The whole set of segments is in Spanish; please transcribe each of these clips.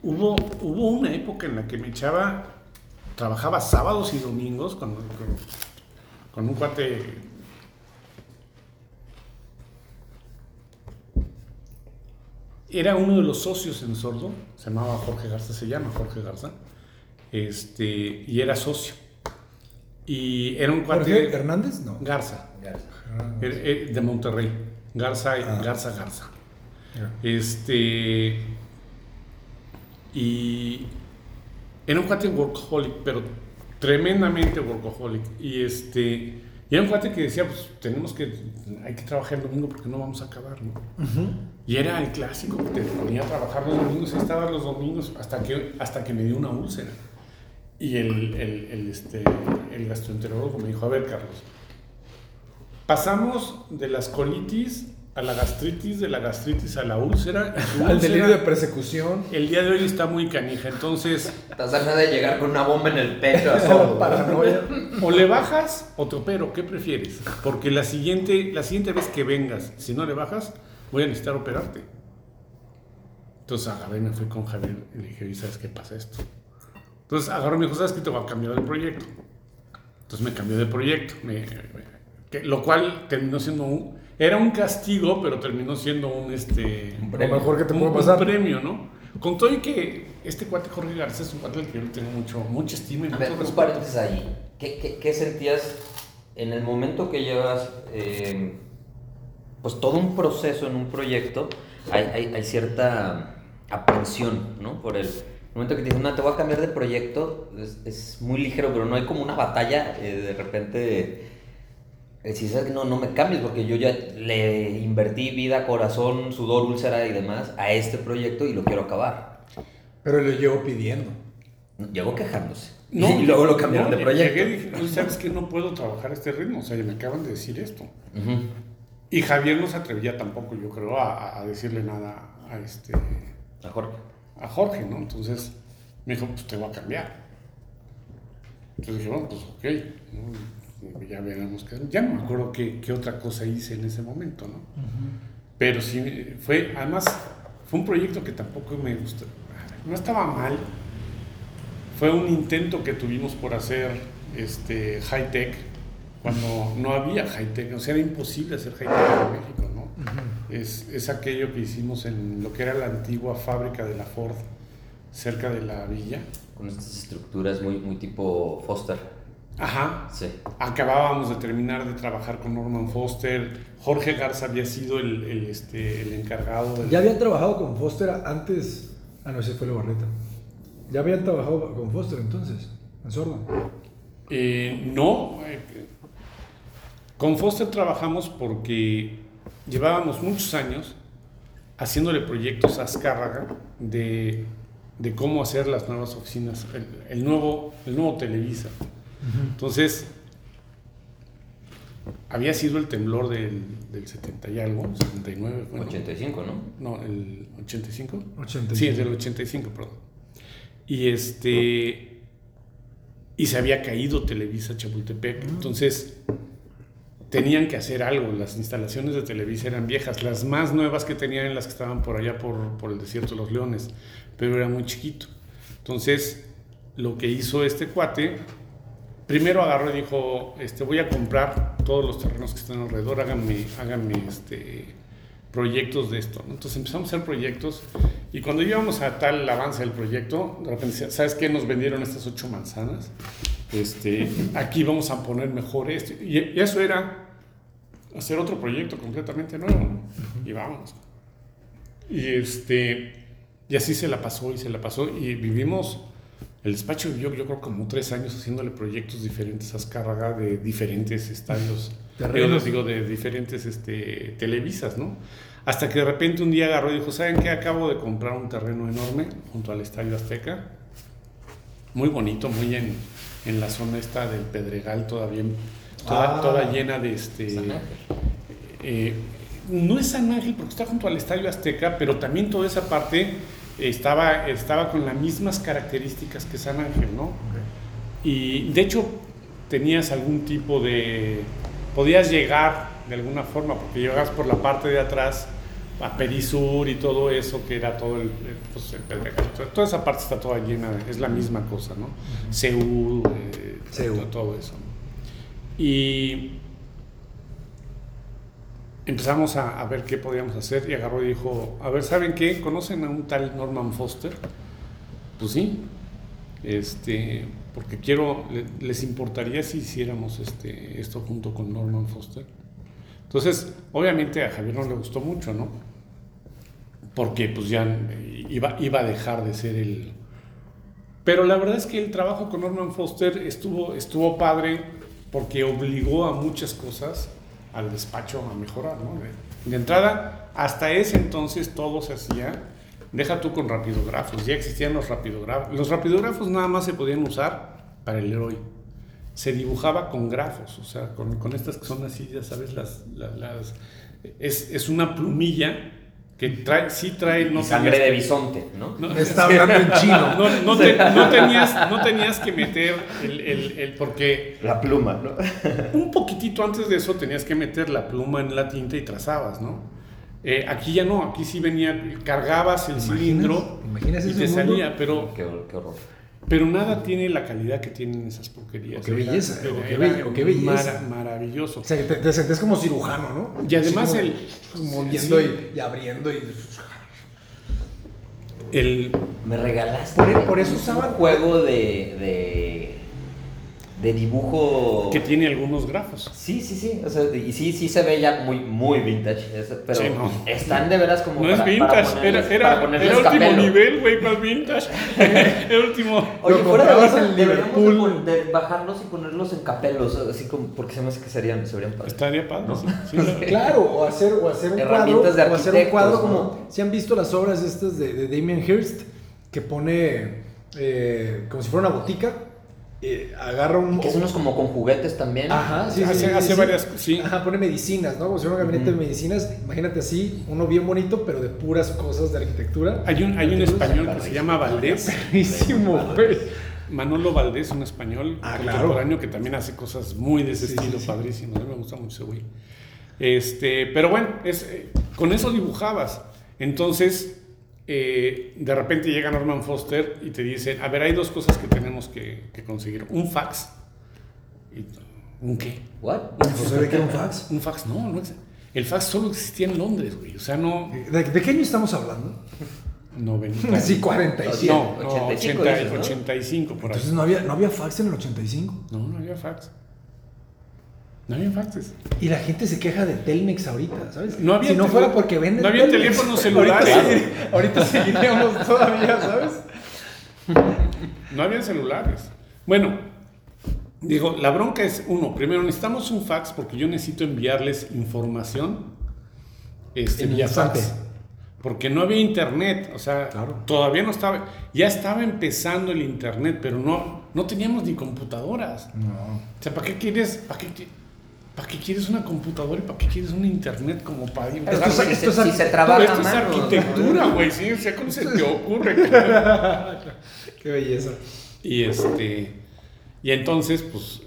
Hubo una época en la que trabajaba sábados y domingos con un cuate. Era uno de los socios en Sordo, se llama Jorge Garza, y era socio. Y era un cuate. ¿Jorge Hernández? No. Garza. De Monterrey. Garza. Y era un cuate workaholic, pero tremendamente workaholic. Y era un cuate que decía, pues hay que trabajar el domingo porque no vamos a acabar, ¿no? Uh-huh. Y era el clásico, te ponía a trabajar los domingos, y estaba los domingos hasta que me dio una úlcera. Y el gastroenterólogo me dijo, a ver, Carlos, pasamos de las colitis a la gastritis, de la gastritis a la úlcera. Al delirio de persecución. El día de hoy está muy canija, entonces... Estás a nada de llegar con una bomba en el pecho. Paranoia. O le bajas o te opero, ¿qué prefieres? Porque la siguiente vez que vengas, si no le bajas, voy a necesitar operarte. Entonces agarré y me fui con Javier y le dije, ¿sabes qué pasa esto? Entonces agarró y me dijo, ¿sabes qué? Te voy a cambiar de proyecto. Entonces me cambió de proyecto, lo cual terminó siendo era un castigo, pero terminó siendo un premio. Lo mejor que te puede pasar. Un premio, ¿no? Con todo y que este cuate Jorge Garza es un cuate al que yo tengo mucha estima y mucho respeto. Un paréntesis ahí. ¿Qué sentías en el momento que llevas pues todo un proceso en un proyecto? Hay cierta aprensión, ¿no? Por el momento que te dicen, no, te voy a cambiar de proyecto, es muy ligero, pero no hay como una batalla de repente. Si sabes que no me cambies porque yo ya le invertí vida, corazón, sudor, úlcera y demás a este proyecto y lo quiero acabar. Pero lo llevo pidiendo. Llegó quejándose. No, y luego lo cambiaron de proyecto. Llegué y dije, ¿sabes que no puedo trabajar a este ritmo? O sea, me acaban de decir esto. Uh-huh. Y Javier no se atrevía tampoco, yo creo, a decirle nada a Jorge. A Jorge, ¿no? Entonces me dijo, pues te voy a cambiar. Entonces dije, bueno, pues ok, ¿no? Ya veremos ya no me acuerdo qué otra cosa hice en ese momento, ¿no? Uh-huh. Pero sí, además fue un proyecto que tampoco me gustó, no estaba mal, fue un intento que tuvimos por hacer high-tech, cuando no había high-tech, o sea, era imposible hacer high-tech en México, ¿no? Uh-huh. Es aquello que hicimos en lo que era la antigua fábrica de la Ford, cerca de la villa. Con estas estructuras muy tipo Foster. Ajá. Sí. Acabábamos de terminar de trabajar con Norman Foster. Jorge Garza había sido el encargado de... ¿Ya habían trabajado con Foster antes? No, ese fue Lebarreta. ¿Ya habían trabajado con Foster entonces? ¿En Sordo? No. Con Foster trabajamos porque llevábamos muchos años haciéndole proyectos a Azcárraga de cómo hacer las nuevas oficinas, el nuevo Televisa. Entonces, había sido el temblor del 70 y algo, 79. Bueno, 85, ¿no? No, el 85. 85. Sí, es del 85, perdón. Y se había caído Televisa Chapultepec. Entonces, tenían que hacer algo. Las instalaciones de Televisa eran viejas. Las más nuevas que tenían eran las que estaban por allá por el desierto de los Leones, pero era muy chiquito. Entonces, lo que hizo este cuate... Primero agarró y dijo, voy a comprar todos los terrenos que están alrededor, háganme proyectos de esto, ¿no? Entonces empezamos a hacer proyectos y cuando íbamos a tal avance del proyecto, de repente decía, ¿sabes qué? Nos vendieron estas 8 manzanas, aquí vamos a poner mejor esto. Y eso era hacer otro proyecto completamente nuevo, ¿no? Y vámonos. Y así se la pasó y vivimos... El despacho vivió, yo creo, como 3 años haciéndole proyectos diferentes a Azcárraga de diferentes estadios, de diferentes televisas, ¿no? Hasta que de repente un día agarró y dijo, ¿saben qué? Acabo de comprar un terreno enorme junto al Estadio Azteca, muy bonito, muy en la zona esta del Pedregal, toda llena de no es San Ángel porque está junto al Estadio Azteca, pero también toda esa parte... Estaba con las mismas características que San Ángel, ¿no? Okay. Y de hecho tenías algún tipo podías llegar de alguna forma, porque llegabas por la parte de atrás a Perisur y todo eso, que era todo el Pedregal. Toda esa parte está toda llena, es la misma cosa, ¿no? Seúl, todo eso. Y empezamos a ver qué podíamos hacer, y agarró y dijo, a ver, ¿saben qué? ¿Conocen a un tal Norman Foster? Pues sí, porque les importaría si hiciéramos esto junto con Norman Foster. Entonces, obviamente a Javier no le gustó mucho, ¿no? Porque pues ya iba a dejar de ser el... Pero la verdad es que el trabajo con Norman Foster estuvo padre, porque obligó a muchas cosas al despacho a mejorar, ¿no? De entrada, hasta ese entonces todo se hacía, deja tú con rapidógrafos, ya existían los rapidógrafos. Los rapidógrafos nada más se podían usar para el Leroy. Se dibujaba con grafos, o sea, con estas que son así, ya sabes, es una plumilla que trae no sangre de bisonte, ¿no? Está hablando en chino. No tenías que meter porque la pluma, ¿no? Un poquitito antes de eso tenías que meter la pluma en la tinta y trazabas, ¿no? Aquí ya no, aquí sí venía, cargabas el cilindro y te salía, pero qué horror. Pero nada tiene la calidad que tienen esas porquerías. Qué belleza, qué belleza. Maravilloso. O sea, te sentías como cirujano, ¿no? Y además como viendo y abriendo y... Me regalaste por eso usaban un juego de dibujo que tiene algunos grafos. Sí, o sea, y sí se ve ya muy vintage, pero sí, no. Están de veras como no es vintage, era último nivel, güey, más vintage. El último. Oye, fuera de eso, deberíamos de bajarlos y ponerlos en capelos, así como, porque se me hace que se verían padres. Estaría padre, ¿no? Sí, claro, o hacer un cuadro, como si han visto las obras estas de Damien Hirst, que pone como si fuera una botica. Agarra que son unos como con juguetes también. Ajá, sí, hace varias, sí. Ajá, pone medicinas, ¿no? Como si fuera un gabinete de medicinas. Imagínate así, uno bien bonito, pero de puras cosas de arquitectura. Hay un español que se llama Valdés. Buenísimo, güey. Manolo Valdés, un español contemporáneo, que también hace cosas muy de ese estilo, padrísimo. A mí me gusta mucho ese güey. Pero bueno, con eso dibujabas. Entonces, de repente llega Norman Foster y te dice, a ver, hay dos cosas que tenemos que conseguir. Un fax. ¿Un qué? ¿What? ¿Sabe qué era un fax? Un fax, no. El fax solo existía en Londres, güey. O sea, no... ¿De qué año estamos hablando? 90. Sí, 47. No, 85 por ahí. Entonces no había fax en el 85. No había fax. No había faxes. Y la gente se queja de Telmex ahorita, ¿sabes? No había si no fuera porque venden no había Telmex, teléfonos celulares. Ahorita seguiríamos todavía, ¿sabes? No había celulares. Bueno, digo, la bronca es, primero necesitamos un fax porque yo necesito enviarles información vía fax. Porque no había internet, o sea, todavía no estaba, ya estaba empezando el internet, pero no teníamos ni computadoras. No. O sea, ¿para qué quieres una computadora y para qué quieres un internet como para empezar? Esto se trabaja esto es arquitectura, güey, sí, o sea, ¿cómo se te ocurre? Qué belleza. Y entonces, pues,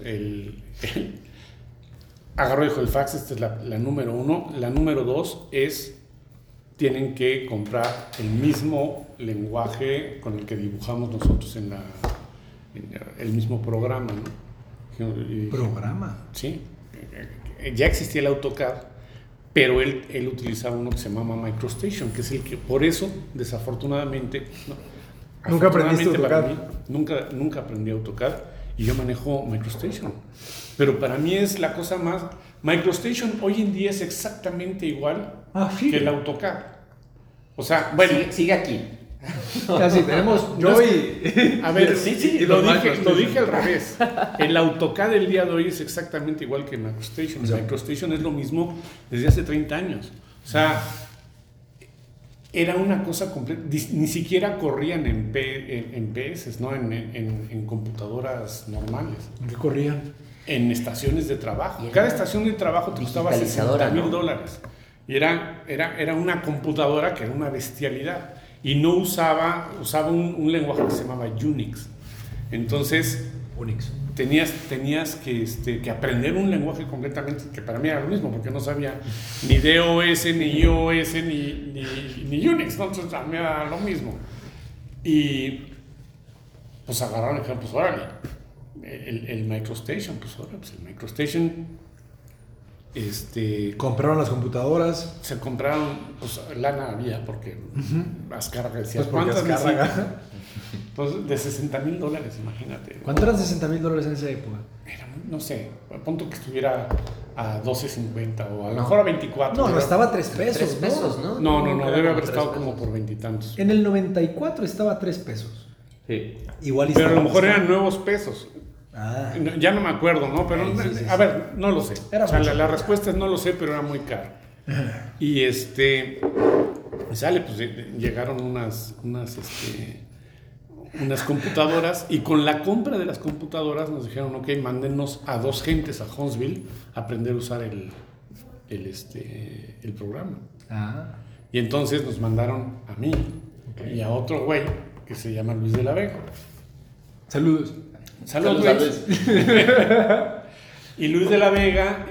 agarró y dijo, el fax, esta es la número 1. La número 2 es, tienen que comprar el mismo lenguaje con el que dibujamos nosotros en el mismo programa, ¿no? ¿Programa? Sí. Ya existía el AutoCAD, pero él utilizaba uno que se llama MicroStation, que es el que, por eso, desafortunadamente, ¿no? Nunca aprendiste AutoCAD. Nunca aprendí AutoCAD y yo manejo MicroStation. Pero para mí es la cosa más... MicroStation hoy en día es exactamente igual que el AutoCAD. O sea, bueno... Sigue aquí. Casi tenemos A ver, lo dije al revés. El AutoCAD del día de hoy es exactamente igual que MicroStation. MicroStation es lo mismo desde hace 30 años. O sea, era una cosa completa. Ni siquiera corrían en PS, ¿no? En computadoras normales. ¿En qué corrían? En estaciones de trabajo. Cada estación de trabajo te costaba $60,000. Y era una computadora que era una bestialidad. Y no usaba un lenguaje que se llamaba Unix. Entonces, tenías que aprender un lenguaje completamente que para mí era lo mismo, porque no sabía ni DOS, ni iOS, ni Unix, ¿no? Entonces a mí era lo mismo. Y pues agarraron y dijeron, pues órale, el MicroStation, pues órale, pues el MicroStation... compraron las computadodas. Se compraron, pues lana había, porque Azcárraga decía, pues ¿cuántas necesitas? Entonces, de $60,000, imagínate. ¿Cuánto eran $60,000 en esa época? Era, no sé, a punto que estuviera a $12.50 o a lo mejor a 24. No, estaba a 3 pesos. $3, ¿no? No, debe haber estado como por 20 y tantos. En el 94 estaba a 3 pesos. Sí. Igual pero a lo mejor eran nuevos pesos. Ah. Ya no me acuerdo, ¿no? Pero, sí. a ver, no lo sé. Era la respuesta es no lo sé, pero era muy caro. Y sale, pues llegaron unas computadoras, y con la compra de las computadoras nos dijeron, ok, mándennos a 2 gentes a Huntsville a aprender a usar el programa. Y entonces nos mandaron a mí y a otro güey que se llama Luis de la Vega. Saludos. Luis. Y Luis de la Vega,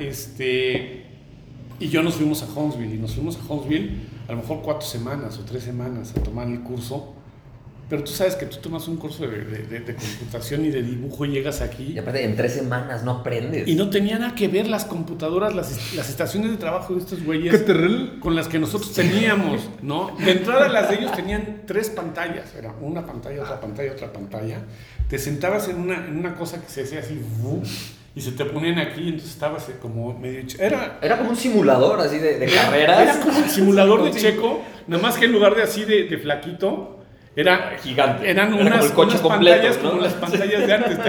y yo nos fuimos a Huntsville, a lo mejor 4 semanas o 3 semanas a tomar el curso. Pero tú sabes que tú tomas un curso de computación y de dibujo y llegas aquí. Y aparte, en 3 semanas no aprendes. Y no tenía nada que ver las computadoras, las estaciones de trabajo de estos güeyes con las que nosotros teníamos, ¿no? De entrada, las de ellos tenían 3 pantallas. Era una pantalla, otra pantalla, otra pantalla. Te sentabas en una cosa que se hacía así, y se te ponían aquí, y entonces estabas como medio... Era como un simulador así de carreras. Era como el simulador de Checo, nada más que en lugar de así de flaquito, era gigante. Eran unas completo, pantallas, ¿no? como las pantallas de antes.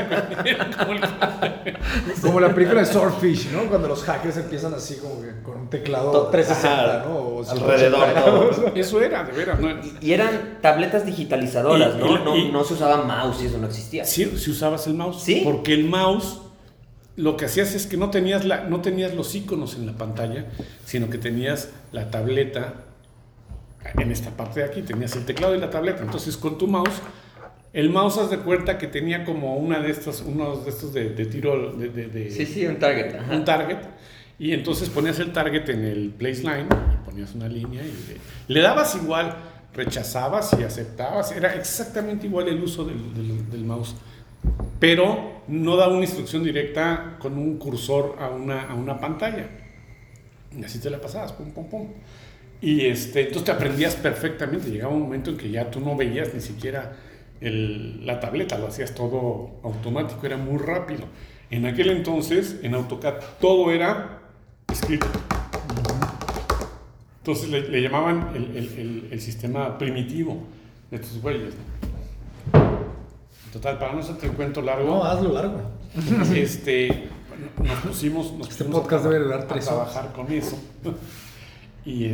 Como la película de Swordfish, ¿no? Cuando los hackers empiezan así como que con un teclado 360, ¿no? O alrededor todo. Eso era, de veras, ¿no? Y eran tabletas digitalizadoras, ¿no? No se usaba mouse y eso no existía. Sí, si usabas el mouse. ¿Sí? Porque el mouse, lo que hacías es que no tenías los iconos en la pantalla, sino que tenías la tableta. En esta parte de aquí tenías el teclado y la tableta. Entonces con tu mouse, el mouse, haz de cuenta que tenía como unos de estos de tiro Sí, un target. Ajá. Un target. Y entonces ponías el target en el place line y ponías una línea y le dabas igual, rechazabas y aceptabas. Era exactamente igual el uso del mouse. Pero no daba una instrucción directa con un cursor a una pantalla. Y así te la pasabas, pum, pum, pum. Y entonces te aprendías perfectamente. Llegaba un momento en que ya tú no veías ni siquiera la tableta, lo hacías todo automático, era muy rápido. En aquel entonces, en AutoCAD, todo era escrito. Entonces le llamaban el sistema primitivo de estos güeyes, ¿no? Total, para no hacerte el cuento largo. No, hazlo largo. Nos pusimos podcast debe durar 3 horas a trabajar con eso. Y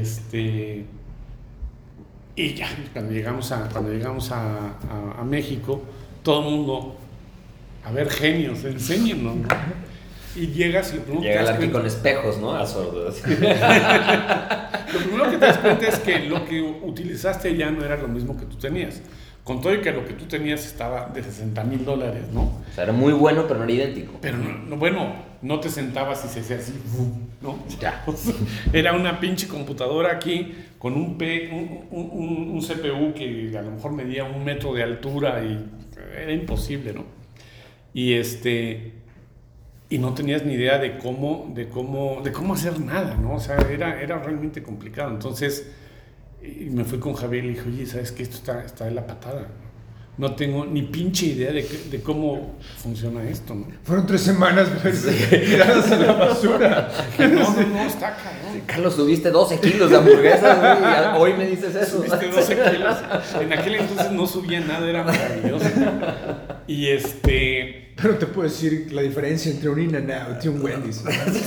ya, cuando llegamos a México, todo el mundo, a ver, genios, enséñenos, ¿no? Y llegas y llega aquí con espejos, ¿no? A sordos. Lo primero que te das cuenta es que lo que utilizaste allá no era lo mismo que tú tenías. Con todo y que lo que tú tenías estaba de $60,000, ¿no? O sea, era muy bueno, pero no era idéntico. Pero no te sentabas y se hacía así, ¿no? Ya. Era una pinche computadora aquí con un CPU que a lo mejor medía 1 metro de altura y era imposible, ¿no? Y no tenías ni idea de cómo hacer nada, ¿no? O sea, era realmente complicado. Entonces, y me fui con Javier y le dije, oye, ¿sabes qué? Esto está de la patada. No tengo ni pinche idea de cómo funciona esto, ¿no? Fueron 3 semanas tiradas a la basura. No, está cabrón. Sí, Carlos, subiste 12 kilos de hamburguesas, ¿no? Hoy me dices eso. Subiste 12 kilos. En aquel entonces no subía nada, era maravilloso. Y Pero te puedo decir la diferencia entre un In-N-Out y un Wendy's.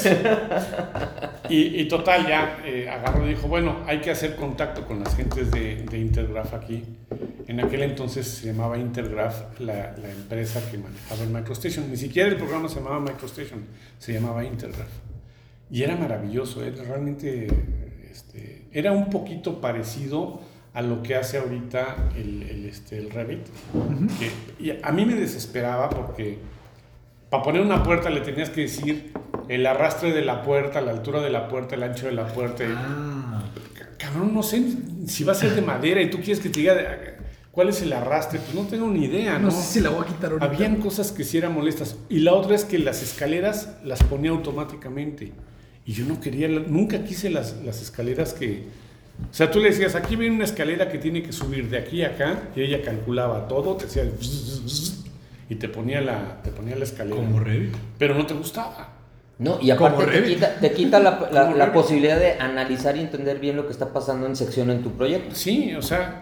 Y total, ya agarró y dijo, bueno, hay que hacer contacto con las gentes de Intergraph aquí. En aquel entonces se llamaba Intergraph, la empresa que manejaba el MicroStation. Ni siquiera el programa se llamaba MicroStation, se llamaba Intergraph. Y era maravilloso, realmente era un poquito parecido a lo que hace ahorita el Revit. Y a mí me desesperaba porque para poner una puerta le tenías que decir el arrastre de la puerta, la altura de la puerta, el ancho de la puerta. Cabrón, no sé si va a ser de madera y tú quieres que te diga cuál es el arrastre, pues no tengo ni idea, ¿no? No sé si la voy a quitar ahorita. Habían cosas que sí eran molestas. Y la otra es que las escaleras las ponía automáticamente. Y yo no quería, nunca quise las escaleras que... O sea, tú le decías, aquí viene una escalera que tiene que subir de aquí a acá, y ella calculaba todo, te decía... Y te ponía la escalera. Como Revit. Pero no te gustaba. No, y aparte te quita la posibilidad de analizar y entender bien lo que está pasando en sección en tu proyecto. Sí, o sea,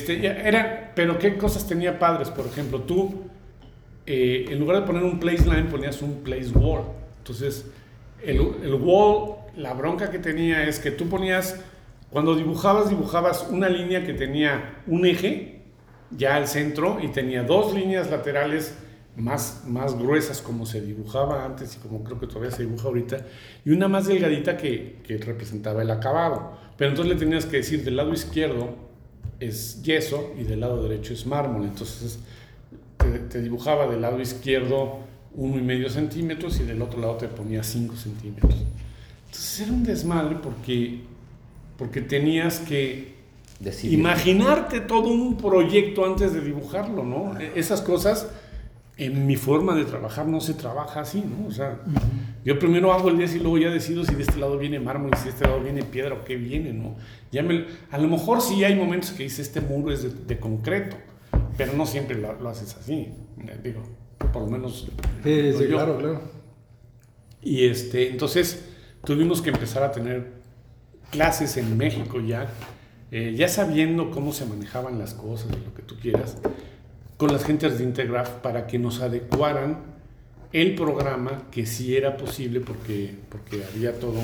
pero qué cosas tenía padres. Por ejemplo, tú, en lugar de poner un place line, ponías un place wall. Entonces, el wall, la bronca que tenía es que tú ponías, cuando dibujabas una línea que tenía un eje ya al centro y tenía dos líneas laterales más gruesas como se dibujaba antes y como creo que todavía se dibuja ahorita, y una más delgadita que representaba el acabado. Pero entonces le tenías que decir, del lado izquierdo es yeso y del lado derecho es mármol. Entonces te dibujaba del lado izquierdo 1,5 centímetros y del otro lado te ponía 5 centímetros. Entonces era un desmadre porque tenías que imaginarte todo un proyecto antes de dibujarlo, ¿no? Esas cosas, en mi forma de trabajar no se trabaja así, ¿no? O sea, yo primero hago el 10 y luego ya decido si de este lado viene mármol y si de este lado viene piedra o qué viene, ¿no? A lo mejor sí hay momentos que dices, este muro es de concreto, pero no siempre lo haces así, digo, por lo menos... Sí, claro. Y entonces tuvimos que empezar a tener clases en México ya sabiendo cómo se manejaban las cosas y lo que tú quieras, con las gentes de Intergraph para que nos adecuaran el programa, que sí era posible porque había todo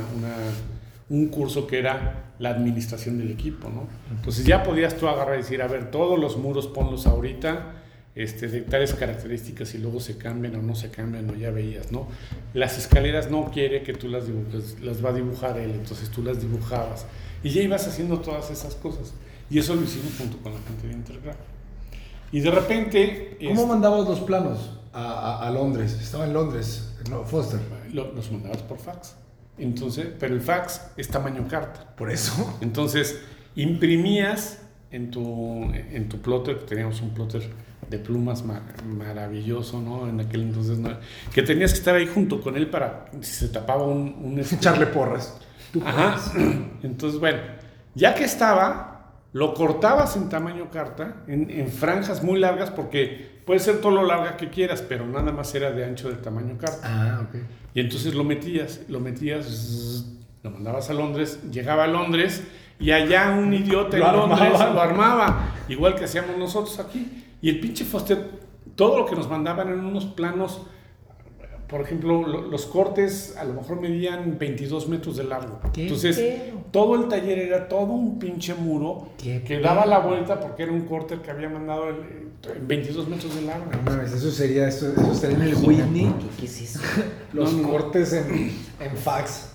un curso que era la administración del equipo, ¿no? Entonces ya podías tú agarrar y decir, a ver, todos los muros ponlos ahorita, de tales características y luego se cambian o no se cambian, o ya veías, ¿no? Las escaleras no quiere que tú las dibujes, las va a dibujar él, entonces tú las dibujabas y ya ibas haciendo todas esas cosas, y eso lo hicimos junto con la gente de Intergraph. Y de repente... ¿Cómo mandabas los planos a Londres? Estaba en Londres, no, Foster. Los mandabas por fax. Entonces, pero el fax es tamaño carta. Por eso. Entonces, imprimías en tu plotter, teníamos un plotter de plumas maravilloso, ¿no? En aquel entonces, ¿no? Que tenías que estar ahí junto con él para, si se tapaba un echarle porras. Ajá. Entonces, bueno, ya que estaba... Lo cortabas en tamaño carta, en franjas muy largas, porque puede ser todo lo larga que quieras, pero nada más era de ancho de tamaño carta. Ah, ok. Y entonces lo metías, lo mandabas a Londres, llegaba a Londres y allá un idiota en Londres lo armaba, igual que hacíamos nosotros aquí. Y el pinche Foster, todo lo que nos mandaban eran unos planos. Por ejemplo, los cortes a lo mejor medían 22 metros de largo. Entonces, todo el taller era todo un pinche muro que daba la vuelta porque era un corte que había mandado en 22 metros de largo. No mames, eso estaría en el Whitney. ¿Qué es eso? Los cortes en fax.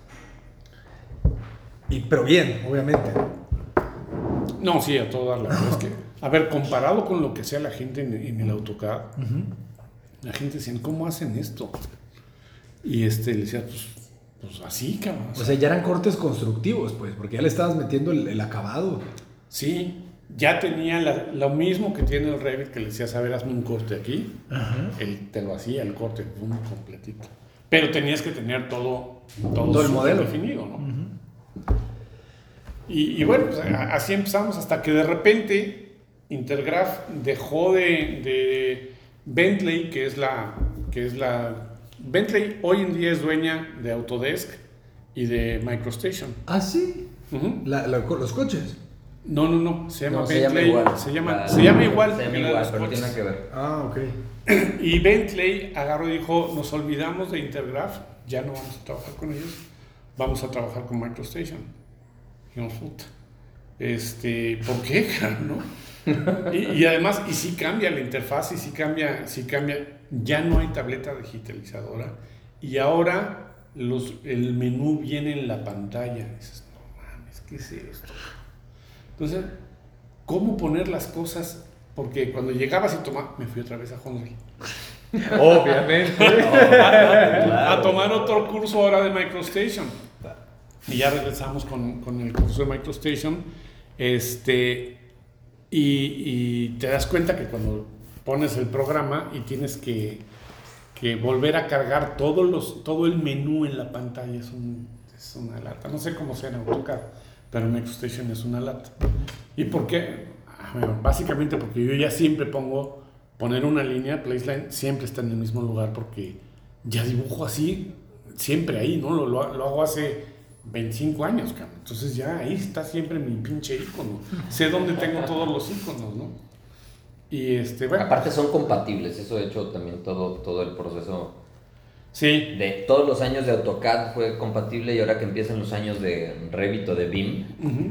Pero bien, obviamente. No, sí, a todo dar. La verdad es que, a ver, comparado con lo que hacía la gente en el AutoCAD, la gente decía, ¿cómo hacen esto? Y le decía, pues así, cabrón. O sea, ya eran cortes constructivos, pues, porque ya le estabas metiendo el acabado. Sí, ya tenía lo mismo que tiene el Revit, que le decías, a ver, hazme un corte aquí. Él te lo hacía, el corte, completito. Pero tenías que tener todo el modelo definido, ¿no? Y bueno, pues así empezamos hasta que de repente Intergraph dejó de Bentley, que es la Bentley hoy en día es dueña de Autodesk y de MicroStation. ¿Ah, sí? Los coches. No, se llama Bentley. Se llama igual, pero no tiene nada que ver. Ah, ok. Y Bentley agarró y dijo, nos olvidamos de Intergraph, ya no vamos a trabajar con ellos, vamos a trabajar con MicroStation. Dijimos, puta, ¿por qué, no? Y además, y sí cambia la interfaz, y sí cambia, ya no hay tableta digitalizadora, y ahora el menú viene en la pantalla. Y dices, no mames, ¿qué es esto? Entonces, ¿cómo poner las cosas? Porque cuando llegabas y tomabas, me fui otra vez a Honolulu. Obviamente. A tomar otro curso ahora de MicroStation. Y ya regresamos con el curso de MicroStation. Y te das cuenta que cuando pones el programa y tienes que volver a cargar todo el menú en la pantalla, es una lata. No sé cómo sea en AutoCAD, pero en MicroStation es una lata. ¿Y por qué? Bueno, básicamente porque yo ya siempre poner una línea, placeline, siempre está en el mismo lugar porque ya dibujo así, siempre ahí, ¿no? Lo hago hace 25 años, cabrón. Entonces ya ahí está siempre mi pinche icono. Sé dónde tengo todos los iconos, ¿no? Y bueno. Aparte son compatibles, eso de hecho también todo el proceso. Sí. De todos los años de AutoCAD fue compatible y ahora que empiezan los años de Revit o de BIM,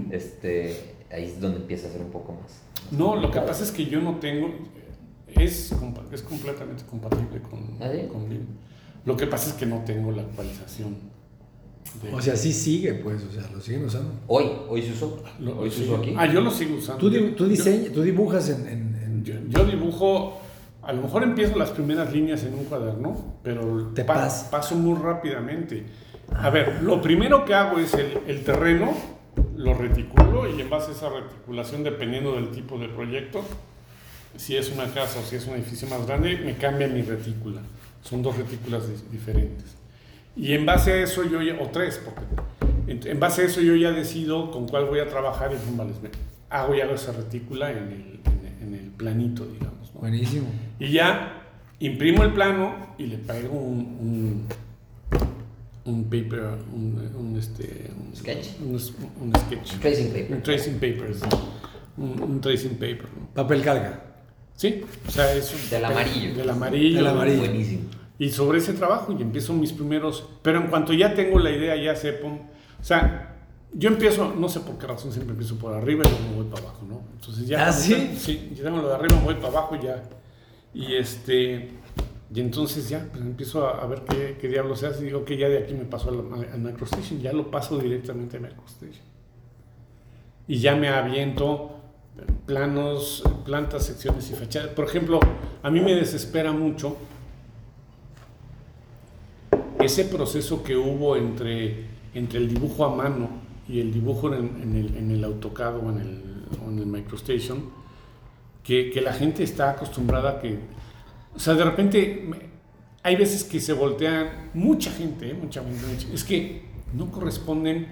ahí es donde empieza a ser un poco más. No, lo que pasa es que yo no tengo, es completamente compatible con BIM. Lo que pasa es que no tengo la actualización. O sea, sí sigue, pues, o sea, lo siguen usando. Hoy se usó. Hoy se usó aquí. Yo lo sigo usando. Tú dibujas en... Yo dibujo, a lo mejor empiezo las primeras líneas en un cuaderno, pero paso muy rápidamente. A ver, lo primero que hago es el terreno, lo reticulo y en base a esa reticulación, dependiendo del tipo de proyecto, si es una casa o si es un edificio más grande, me cambia mi retícula. Son 2 retículas diferentes. Y en base a eso o 3, porque en base a eso yo ya decido con cuál voy a trabajar y hago esa retícula en el planito, digamos, ¿no? Buenísimo. Y ya imprimo el plano y le pego un paper, un sketch. Un sketch. Un tracing paper. Un tracing paper, ¿no? Papel calca. Sí, o sea, es del amarillo. Del amarillo. Buenísimo. Y sobre ese trabajo y empiezo mis primeros, pero en cuanto ya tengo la idea, ya sé, o sea, yo empiezo, no sé por qué razón siempre empiezo por arriba y luego me voy para abajo, ¿no? Entonces ya. ¿Sí? Sí, ya tengo lo de arriba, me voy para abajo y ya. Y entonces ya, pues empiezo a ver qué diablos se hace y digo que ya de aquí me paso a MicroStation, ya lo paso directamente a MicroStation. Y ya me aviento planos, plantas, secciones y fachadas. Por ejemplo, a mí me desespera mucho ese proceso que hubo entre el dibujo a mano y el dibujo en el AutoCAD o en el MicroStation, que la gente está acostumbrada a que, o sea, de repente hay veces que se voltean, mucha gente, es que no corresponden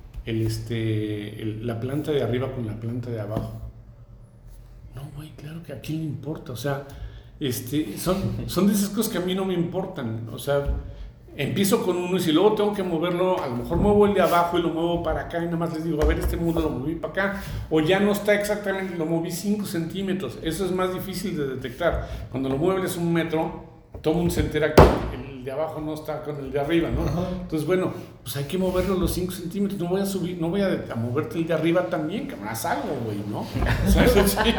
la planta de arriba con la planta de abajo. No, güey, claro que a quién le importa, o sea, son de esas cosas que a mí no me importan, o sea, empiezo con uno y si luego tengo que moverlo, a lo mejor muevo el de abajo y lo muevo para acá y nada más les digo, a ver, este muro lo moví para acá, o ya no está exactamente, lo moví 5 centímetros, eso es más difícil de detectar. Cuando lo mueves 1 metro, todo el mundo se entera que el de abajo no está con el de arriba, ¿no? Ajá. Entonces, bueno, pues hay que moverlo los 5 centímetros, no voy a subir, no voy a moverte el de arriba también, que me haz algo, güey, ¿no? O sea, eso sí.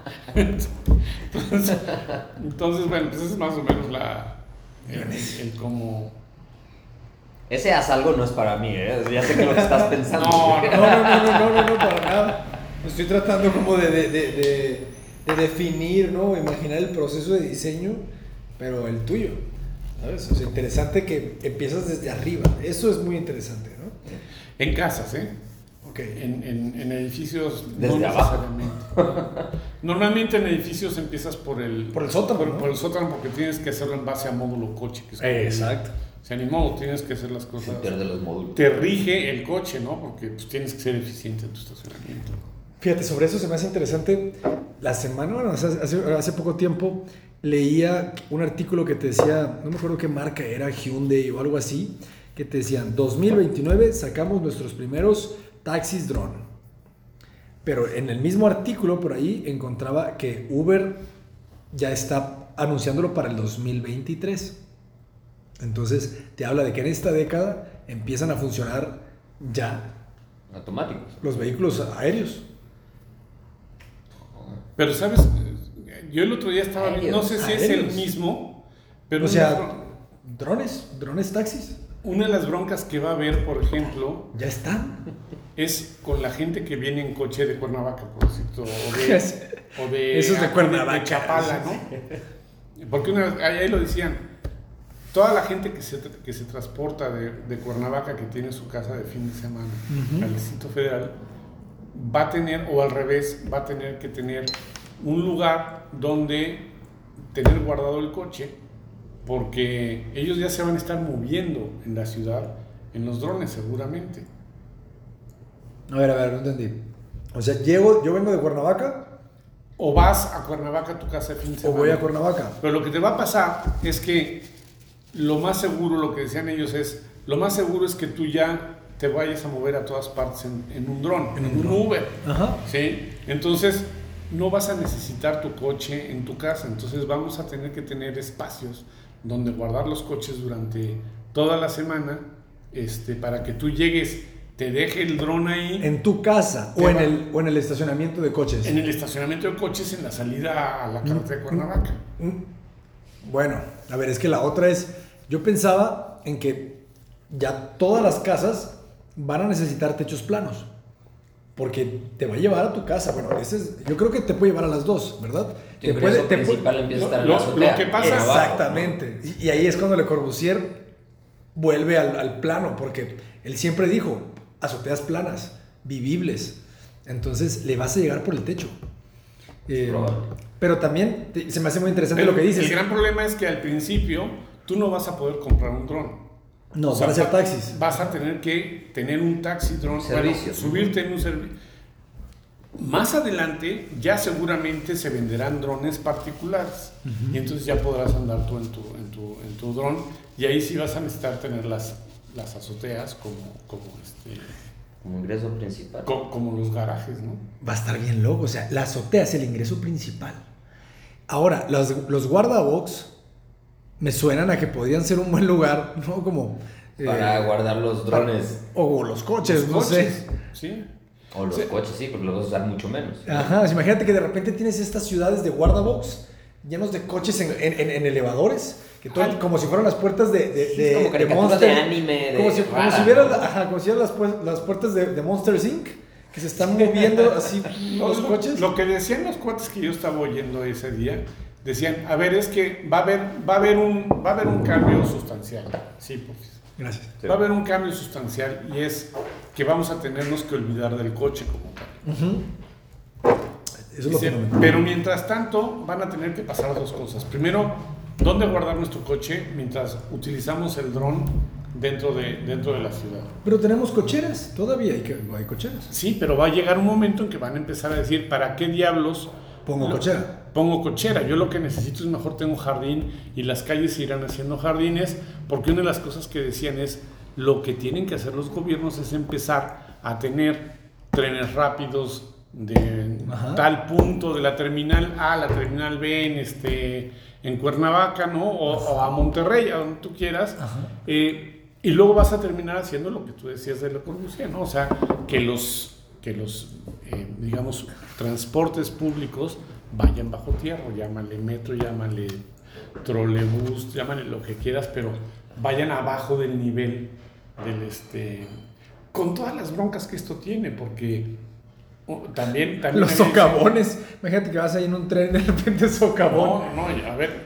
Entonces, bueno, pues esa es más o menos el cómo... Ese haz algo no es para mí, ¿eh? Ya sé que lo que estás pensando. No, para nada. Estoy tratando como de definir, ¿no? Imaginar el proceso de diseño, pero el tuyo, ¿sabes? O sea, interesante que empiezas desde arriba. Eso es muy interesante, ¿no? En casas, ¿eh? Okay. En edificios desde no abajo. Necesariamente. Normalmente en edificios empiezas por el sótano, ¿no? Por el sótano, porque tienes que hacerlo en base a módulo coche. Que es exacto. O sea, ni modo, tienes que hacer las cosas. Pierde los módulos. Te rige el coche, ¿no? Porque pues, tienes que ser eficiente en tu estacionamiento. Fíjate, sobre eso se me hace interesante. La semana, bueno, hace poco tiempo leía un artículo que te decía, no me acuerdo qué marca era, Hyundai o algo así, que te decían, 2029 sacamos nuestros primeros taxis drone. Pero en el mismo artículo por ahí encontraba que Uber ya está anunciándolo para el 2023. Entonces te habla de que en esta década empiezan a funcionar ya automáticos los vehículos aéreos. Pero sabes, yo el otro día estaba viendo, no sé si es el mismo, pero o sea, drones taxis. Una de las broncas que va a haber, por ejemplo, ya están, es con la gente que viene en coche de Cuernavaca, por cierto, o de esos de Cuernavaca, de Chapala, ¿no? Porque ahí lo decían, toda la gente que se transporta de Cuernavaca, que tiene su casa de fin de semana al Distrito Federal, va a tener, o al revés, va a tener que tener un lugar donde tener guardado el coche, porque ellos ya se van a estar moviendo en la ciudad, en los drones seguramente. A ver, no entendí. O sea, yo vengo de Cuernavaca. O vas a Cuernavaca a tu casa de fin de semana. O voy a Cuernavaca. Pero lo que te va a pasar es que lo más seguro, lo que decían ellos es, lo más seguro es que tú ya te vayas a mover a todas partes en un dron, en un Uber. Ajá. ¿Sí? Entonces, no vas a necesitar tu coche en tu casa. Entonces, vamos a tener que tener espacios donde guardar los coches durante toda la semana, para que tú llegues, te deje el dron ahí. En tu casa o en el estacionamiento de coches. En el estacionamiento de coches en la salida a la carretera de Cuernavaca. Bueno, a ver, es que la otra es, yo pensaba en que ya todas las casas van a necesitar techos planos, porque te va a llevar a tu casa. Bueno, yo creo que te puede llevar a las dos, ¿verdad? Tu ingreso principal empieza a estar en la azotea. Lo que pasa, exactamente. Y ahí es cuando Le Corbusier vuelve al plano, porque él siempre dijo, azoteas planas, vivibles. Entonces le vas a llegar por el techo. Pero también se me hace muy interesante lo que dices. El gran problema es que al principio tú no vas a poder comprar un dron. No, o sea, van a ser taxis. Vas a tener que tener un taxi dron, servicio. Subirte en un servicio. Más adelante ya seguramente se venderán drones particulares y entonces ya podrás andar tú en tu dron, y ahí sí vas a necesitar tener las azoteas como ingreso principal. Como los garajes, ¿no? Va a estar bien loco. O sea, la azotea es el ingreso principal. Ahora, los guardabox me suenan a que podrían ser un buen lugar, ¿no? Como para guardar los drones. O los coches, no sé. Sí. O los coches, sí, porque los vas a usar mucho menos. Ajá, pues imagínate que de repente tienes estas ciudades de guardabox llenos de coches en elevadores, que todo, como si fueran las puertas de como caricaturas de anime. Como si vieran las puertas de Monster Inc., que se están moviendo así los coches. Lo que decían los cuates que yo estaba oyendo ese día, decían, a ver, es que va a haber un cambio sustancial. Sí, pues. Gracias. Sí. Va a haber un cambio sustancial, y es que vamos a tenernos que olvidar del coche como tal. Eso es lo que pero mientras tanto van a tener que pasar dos cosas. Primero, ¿dónde guardar nuestro coche mientras utilizamos el dron dentro de la ciudad? Pero tenemos cocheras, todavía hay cocheras. Sí, pero va a llegar un momento en que van a empezar a decir, ¿para qué diablos pongo cochera? Yo lo que necesito es mejor tengo jardín, y las calles se irán haciendo jardines, porque una de las cosas que decían es, lo que tienen que hacer los gobiernos es empezar a tener trenes rápidos de tal punto, de la terminal A a la terminal B en Cuernavaca, ¿no? O a Monterrey, a donde tú quieras. Y luego vas a terminar haciendo lo que tú decías de Le Corbusier, ¿no? O sea, que los digamos, transportes públicos vayan bajo tierra, llámale metro, llámale trolebús, llámale lo que quieras, pero vayan abajo del nivel con todas las broncas que esto tiene, porque también los socavones, imagínate que vas ahí en un tren y de repente socavón. No, a ver,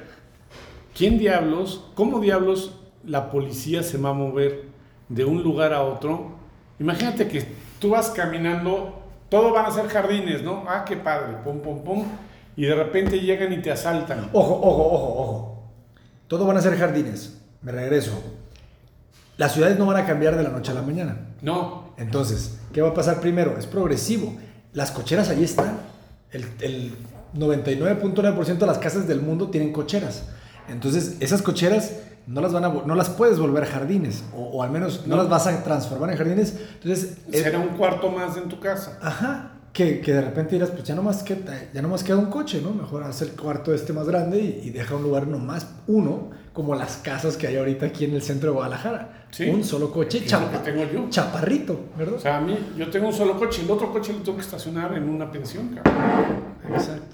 cómo diablos la policía se va a mover de un lugar a otro? Imagínate que tú vas caminando, todo van a ser jardines, ¿no? Ah, qué padre, pum, pum, pum, y de repente llegan y te asaltan. Ojo. Todo van a ser jardines. Me regreso. Las ciudades no van a cambiar de la noche a la mañana. No. Entonces, ¿qué va a pasar primero? Es progresivo. Las cocheras ahí están. El 99.9% de las casas del mundo tienen cocheras. Entonces, esas cocheras no las puedes volver jardines, o al menos no las vas a transformar en jardines. Entonces, será un cuarto más en tu casa. Ajá. Que de repente dirás, pues ya nomás queda un coche, ¿no? Mejor haz el cuarto más grande y deja un lugar nomás uno, como las casas que hay ahorita aquí en el centro de Guadalajara. Sí. Un solo coche, que tengo yo. Chaparrito, ¿verdad? O sea, yo tengo un solo coche, el otro coche lo tengo que estacionar en una pensión, cabrón. Exacto.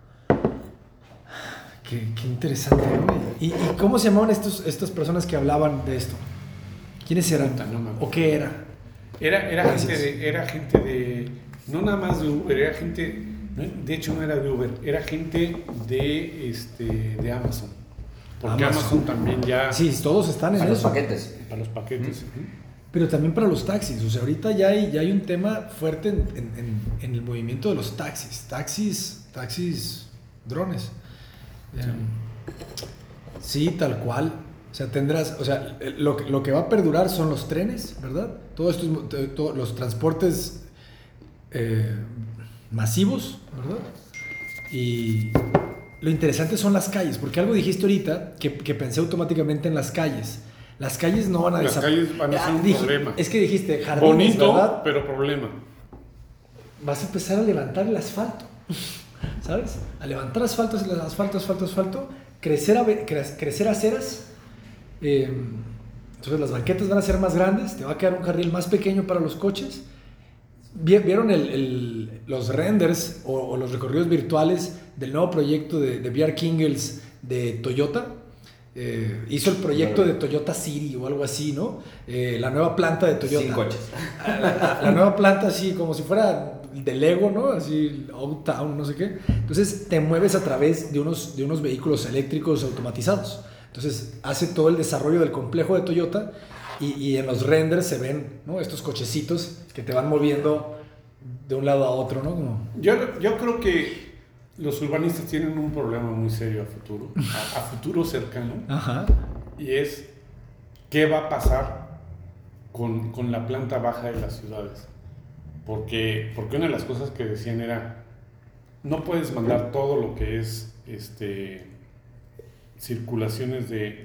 Qué interesante, ¿no? ¿Y cómo se llamaban estas personas que hablaban de esto? ¿Quiénes eran? ¿O qué era? Era gente de, no nada más de Uber, era gente De hecho, no era de Uber, era gente de Amazon. Porque Amazon también ya... Sí, todos están en Para los eso. paquetes. Para los paquetes. Pero también para los taxis. O sea, ahorita ya hay un tema fuerte en el movimiento de los taxis. Taxis drones. Sí, tal cual. O sea, lo que va a perdurar son los trenes, ¿verdad? Todos los transportes masivos, ¿verdad? Y lo interesante son las calles, porque algo dijiste ahorita que pensé automáticamente en las calles. Las calles no van a desaparecer. Las calles van a ser un problema. Es que dijiste jardines, bonito, ¿verdad? pero problema. Vas a empezar a levantar el asfalto, ¿sabes? A levantar asfalto, crecer aceras. Entonces las banquetas van a ser más grandes, te va a quedar un carril más pequeño para los coches. ¿Vieron los renders o los recorridos virtuales del nuevo proyecto de Bjarne Ingels de Toyota? Hizo el proyecto de Toyota City o algo así, ¿no? La nueva planta de Toyota. Sin coches. La nueva planta así, como si fuera de Lego, ¿no? Así, Old Town, no sé qué. Entonces te mueves a través de unos vehículos eléctricos automatizados. Entonces hace todo el desarrollo del complejo de Toyota y en los renders se ven, ¿no? Estos cochecitos que te van moviendo de un lado a otro, ¿no? Como... Yo creo que los urbanistas tienen un problema muy serio a futuro cercano. Ajá. Y es qué va a pasar con la planta baja de las ciudades. Porque una de las cosas que decían era, no puedes mandar todo lo que es circulaciones de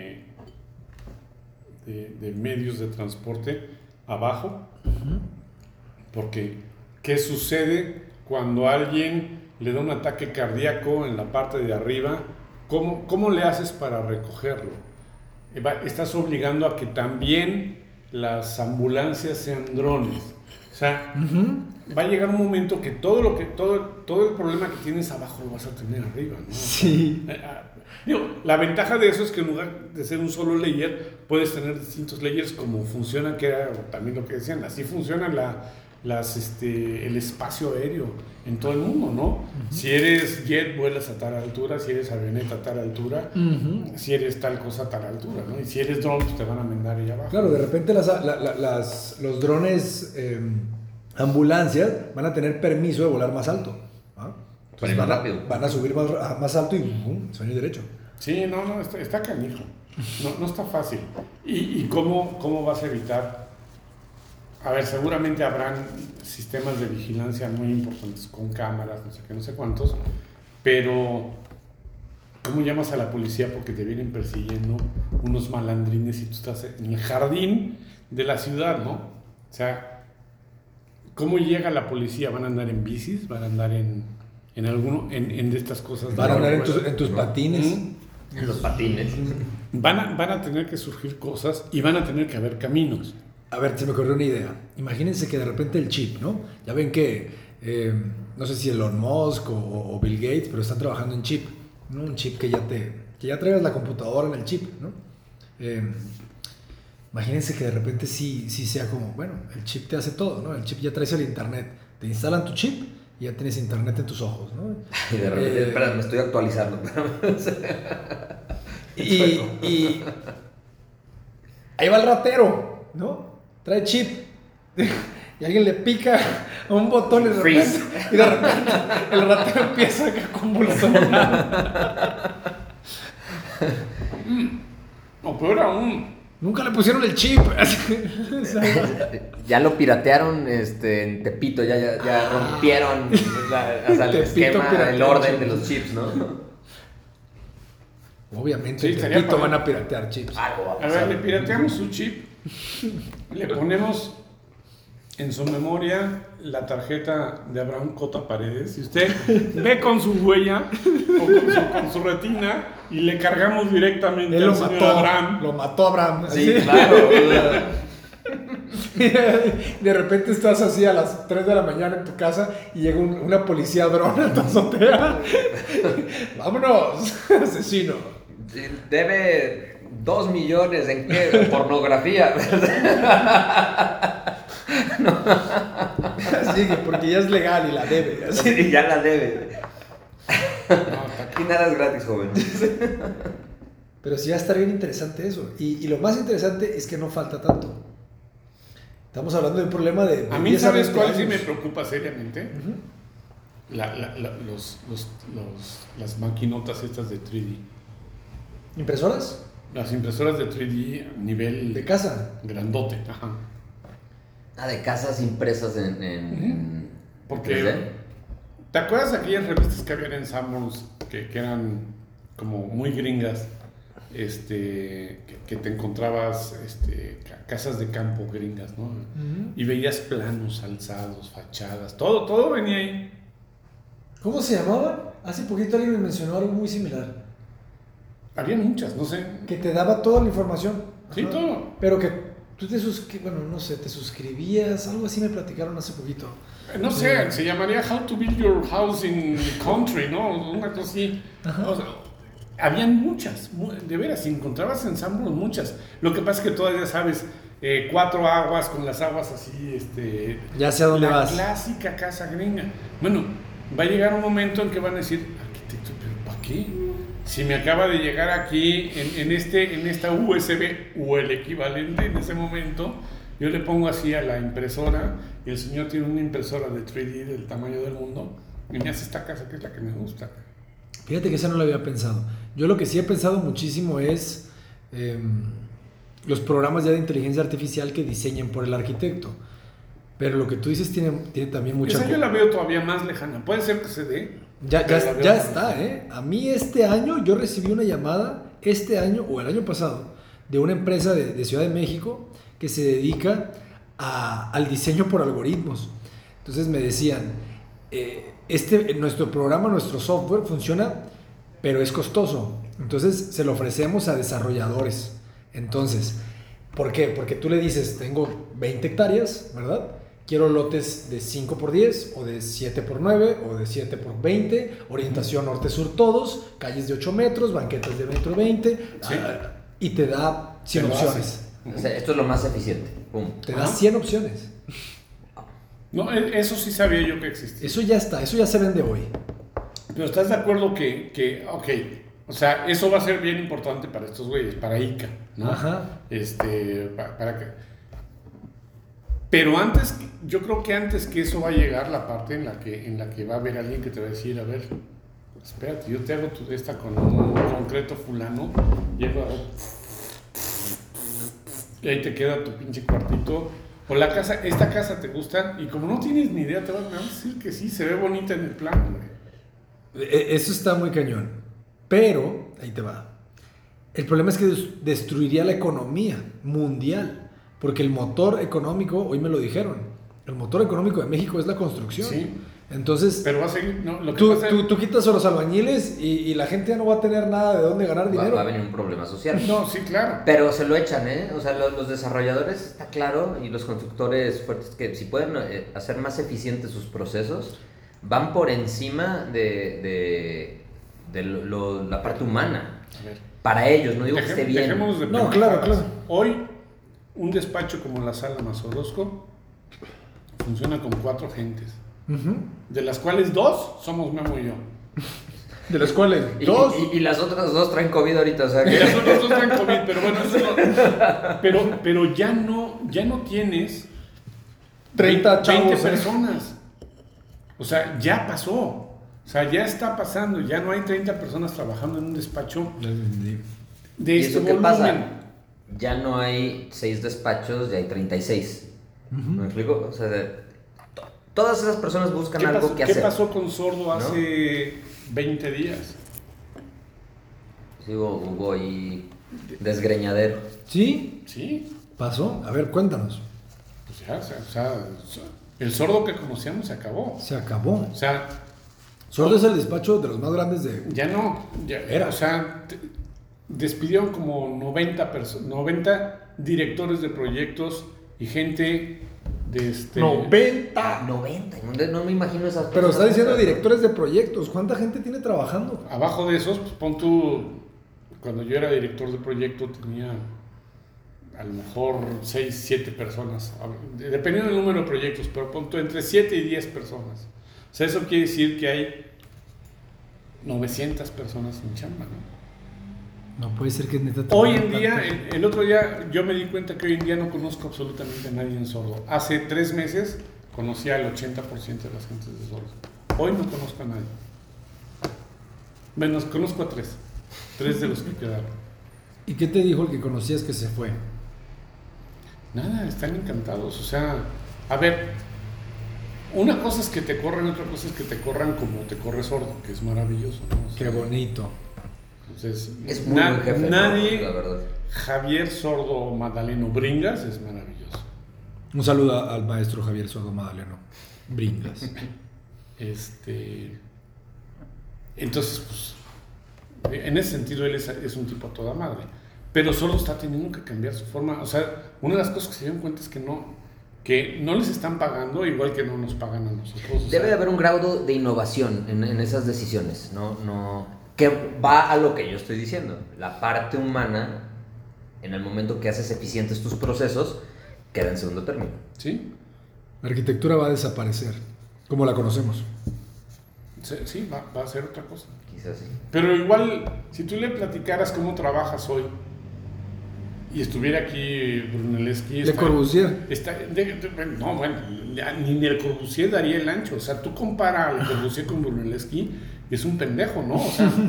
medios de transporte abajo, porque ¿qué sucede cuando alguien le da un ataque cardíaco en la parte de arriba? ¿Cómo le haces para recogerlo? Estás obligando a que también las ambulancias sean drones. O sea, va a llegar un momento que todo el problema que tienes abajo lo vas a tener arriba, ¿no? Sí. La ventaja de eso es que en lugar de ser un solo layer, puedes tener distintos layers como funciona, que era también lo que decían, así funciona el espacio aéreo en todo el mundo, ¿no? Si eres jet, vuelas a tal altura, si eres avioneta a tal altura, si eres tal cosa a tal altura, ¿no? Y si eres drone, pues te van a mandar allá abajo. Claro, de repente los drones ambulancias van a tener permiso de volar más alto. Pues más rápido. Van a subir más alto y se van a ir derecho. Sí, no, está canijo. No está fácil. ¿Y cómo vas a evitar? A ver, seguramente habrán sistemas de vigilancia muy importantes con cámaras, no sé qué, no sé cuántos, pero ¿cómo llamas a la policía porque te vienen persiguiendo unos malandrines y tú estás en el jardín de la ciudad, ¿no? O sea, ¿cómo llega la policía? ¿Van a andar en bicis? ¿Van a andar en de estas cosas? ¿Van a andar en tus patines? En los patines. Van a tener que surgir cosas y van a tener que haber caminos. A ver, se me ocurrió una idea. Imagínense que de repente el chip, ¿no? Ya ven que, no sé si Elon Musk o Bill Gates, pero están trabajando en chip, ¿no? Un chip que ya traigas la computadora en el chip, ¿no? Imagínense que de repente sí sea como, bueno, el chip te hace todo, ¿no? El chip ya traes el internet. Te instalan tu chip y ya tienes internet en tus ojos, ¿no? Y de repente, espera, me estoy actualizando. y ahí va el ratero, ¿no? Trae chip y alguien le pica a un botón y de repente el ratero empieza a convulsionar. O peor aún, Nunca le pusieron el chip. Ya lo piratearon en Tepito, ya rompieron el esquema, el orden de los chips, ¿no? Obviamente, sí, en Tepito van a piratear chips. Algo a ver, le pirateamos su chip, le ponemos en su memoria la tarjeta de Abraham Cota Paredes y usted ve con su huella o con su retina y le cargamos directamente Él al señor Abraham. Lo mató Abraham. Sí, claro. De repente estás así a las 3 de la mañana en tu casa y llega una policía dron a tu azotea. ¡Vámonos, asesino! Debe 2 millones en qué? Pornografía. Así que porque ya es legal y la debe. Así. Sí, ya la debe. No, está Aquí nada es gratis, joven. Pero sí va a estar bien interesante eso. Y lo más interesante es que no falta tanto. Estamos hablando de un problema de A mí, 10 ¿sabes 20 cuál sí años. me preocupa seriamente? Las maquinotas estas de 3D. ¿Impresoras? Las impresoras de 3D a nivel ¿De casa? grandote. Ajá. De casas impresas en Porque, 3D. ¿te acuerdas de aquellas revistas que habían en Sanborns que eran como muy gringas? Que te encontrabas casas de campo gringas, ¿no? Y veías planos alzados, fachadas, todo venía ahí. ¿Cómo se llamaba? Hace poquito alguien me mencionó algo muy similar. Había muchas, no sé. Que te daba toda la información. Sí, Ajá. todo. Pero que tú te suscribías, algo así me platicaron hace poquito. No sé, se llamaría How to Build Your House in Country, ¿no? Una cosa así. Ajá. O sea, habían muchas, de veras, encontrabas en Sanborns muchas. Lo que pasa es que todavía sabes, 4 aguas con las aguas así, Ya sé a dónde la vas. clásica casa gringa. Bueno, va a llegar un momento en que van a decir, arquitecto, ¿pero para qué? Si me acaba de llegar aquí en esta USB o el equivalente en ese momento, yo le pongo así a la impresora y el señor tiene una impresora de 3D del tamaño del mundo y me hace esta casa que es la que me gusta. Fíjate que esa no lo había pensado. Yo lo que sí he pensado muchísimo es los programas ya de inteligencia artificial que diseñen por el arquitecto. Pero lo que tú dices tiene también mucha... Esa yo la veo todavía más lejana. Puede ser que se dé. Ya pero la veo más está, lejana. ¿eh? A mí este año yo recibí una llamada, este año o el año pasado, de una empresa de Ciudad de México que se dedica al diseño por algoritmos. Entonces me decían, nuestro programa, nuestro software funciona, pero es costoso. Entonces se lo ofrecemos a desarrolladores. Entonces, ¿por qué? Porque tú le dices, tengo 20 hectáreas, ¿verdad? Quiero lotes de 5x10 o de 7x9 o de 7x20, orientación norte-sur todos, calles de 8 metros, banquetas de 1,20 m, Sí. Y te da 100 Te lo opciones. O sea, esto es lo más eficiente. Pum. Te da Ajá. 100 opciones. No, eso sí sabía yo que existía. Eso ya está, eso ya se vende hoy. Pero ¿estás de acuerdo ok, o sea, eso va a ser bien importante para estos güeyes, para ICA, ¿no? Ajá. Para que... Pero yo creo que antes que eso va a llegar la parte en la que va a haber alguien que te va a decir, a ver, espérate, yo te hago esta con un concreto fulano, llego y ahí te queda tu pinche cuartito. O esta casa te gusta, y como no tienes ni idea, te van a decir que sí, se ve bonita en el plano, güey. Eso está muy cañón. Pero, ahí te va. El problema es que destruiría la economía mundial. Porque el motor económico, hoy me lo dijeron, el motor económico de México es la construcción. Sí. Entonces, Pero va a seguir, ¿no? Lo que tú, pasa tú quitas a los albañiles y la gente ya no va a tener nada de dónde ganar dinero. Va a venir un problema social. No, sí, claro. Pero se lo echan, ¿eh? O sea, los desarrolladores, está claro, y los constructores fuertes, que si pueden hacer más eficientes sus procesos, van por encima de la parte humana. A ver. Para ellos, no digo que esté bien. Dejémonos de No, claro, pendejadas. claro. Hoy, un despacho como la Sala Más Orozco funciona con 4 gentes, Ujú. de las cuales 2 somos Memo y yo. De los cuales Y, dos. y las otras 2 traen COVID ahorita, o sea Y que... las otras 2 traen COVID, pero bueno, eso no. Pero ya no tienes 30 chavos, 20 ¿eh? personas. O sea, ya pasó. O sea, ya está pasando. Ya no hay 30 personas trabajando en un despacho de ¿Y este eso qué volumen. pasa? Ya no hay 6 despachos, ya hay 36. ¿Me explico? O sea, todas esas personas buscan algo que ¿Qué hacer. pasó con Sordo hace 20 días? Sí, hubo ahí desgreñadero. ¿Sí? Sí, ¿Pasó? A ver, cuéntanos. pues ya, o sea, el Sordo que conocíamos se acabó. Se acabó. O sea, Sordo es el despacho de los más grandes de... ya no, Era. o sea, despidieron como 90 directores de proyectos y gente de 90. 90. No me imagino esas Pero está personas. diciendo directores de proyectos. ¿Cuánta gente tiene trabajando? Abajo de esos, pues pon tú, cuando yo era director de proyecto tenía a lo mejor 6, 7 personas, dependiendo del número de proyectos, pero punto entre 7 y 10 personas. O sea, eso quiere decir que hay 900 personas en chamba, ¿no? No puede ser que neta... Hoy en día, el otro día, yo me di cuenta que hoy en día no conozco absolutamente a nadie en sordo. Hace 3 meses conocía al 80% de las gentes de sordo. Hoy no conozco a nadie. Menos conozco a 3 de los que quedaron. ¿Y qué te dijo el que conocías que se fue? Nada, están encantados. O sea, a ver, una cosa es que te corran, otra cosa es que te corran como te corre sordo, que es maravilloso, ¿no? O sea, Qué bonito. Entonces, Es muy buen jefe, nadie, ¿no? La verdad. Javier Sordo Madaleno Bringas es maravilloso. Un saludo al maestro Javier Sordo Madaleno Bringas. Entonces, pues, en ese sentido él es un tipo a toda madre. Pero Sordo está teniendo que cambiar su forma. O sea, una de las cosas que se dieron cuenta es que no les están pagando igual que no nos pagan a nosotros. Debe de haber un grado de innovación en esas decisiones, no, que va a lo que yo estoy diciendo. La parte humana, en el momento que haces eficientes tus procesos, queda en segundo término. ¿Sí? La arquitectura va a desaparecer, como la conocemos. Sí, va a ser otra cosa. Quizás sí. Pero igual, si tú le platicaras cómo trabajas hoy y estuviera aquí Brunelleschi... Le Corbusier. No, bueno, ni el Corbusier daría el ancho. O sea, tú comparas al Corbusier con Brunelleschi y es un pendejo, ¿no? O sea,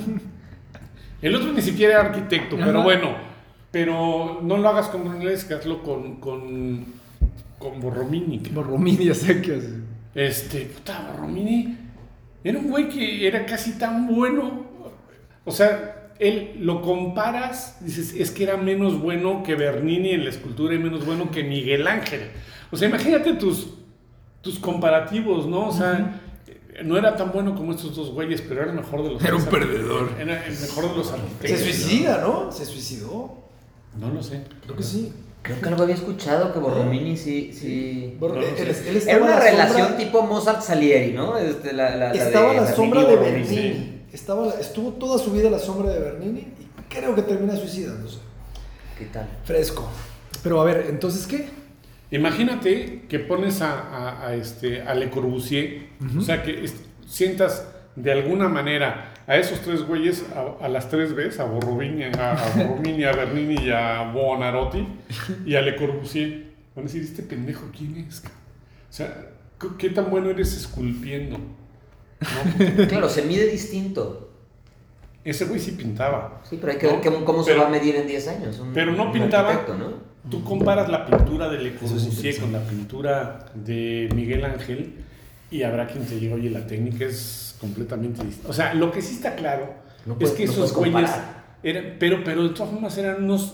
el otro ni siquiera era arquitecto, pero bueno, pero no lo hagas con Brunelleschi, hazlo con Borromini. Borromini, ya sé que hace. Borromini era un güey que era casi tan bueno. O sea, él lo comparas, dices, es que era menos bueno que Bernini en la escultura y menos bueno que Miguel Ángel. O sea, imagínate tus comparativos, ¿no? O sea, no era tan bueno como estos dos güeyes, pero era el mejor de los... Era un perdedor. Era el mejor de los arquitectos. Se suicida, ¿no? Se suicidó. No lo sé. Creo que sí. Creo que algo había escuchado que Borromini sí. Él estaba Era una a la relación sombra, tipo Mozart-Salieri, ¿no? estaba a la sombra de Bernini. Sí. Estuvo toda su vida a la sombra de Bernini y creo que termina suicidándose. ¿Qué tal? Fresco. Pero a ver, ¿entonces qué? Imagínate que pones a Le Corbusier, o sea, que sientas de alguna manera a esos 3 güeyes a las 3 veces, a Borromini, a Bernini y a Buonarroti, y a Le Corbusier. Van a decir, ¿este pendejo quién es? O sea, ¿qué tan bueno eres esculpiendo? ¿No? Claro, se mide distinto. Ese güey sí pintaba. Sí, pero hay que ver cómo se va a medir en 10 años. Pero no un pintaba. arquitecto, ¿no? Tú comparas la pintura de Le Corbusier con la pintura de Miguel Ángel y habrá quien te diga, oye, la técnica es completamente distinta. O sea, lo que sí está claro es que esos güeyes eran, pero de todas formas eran unos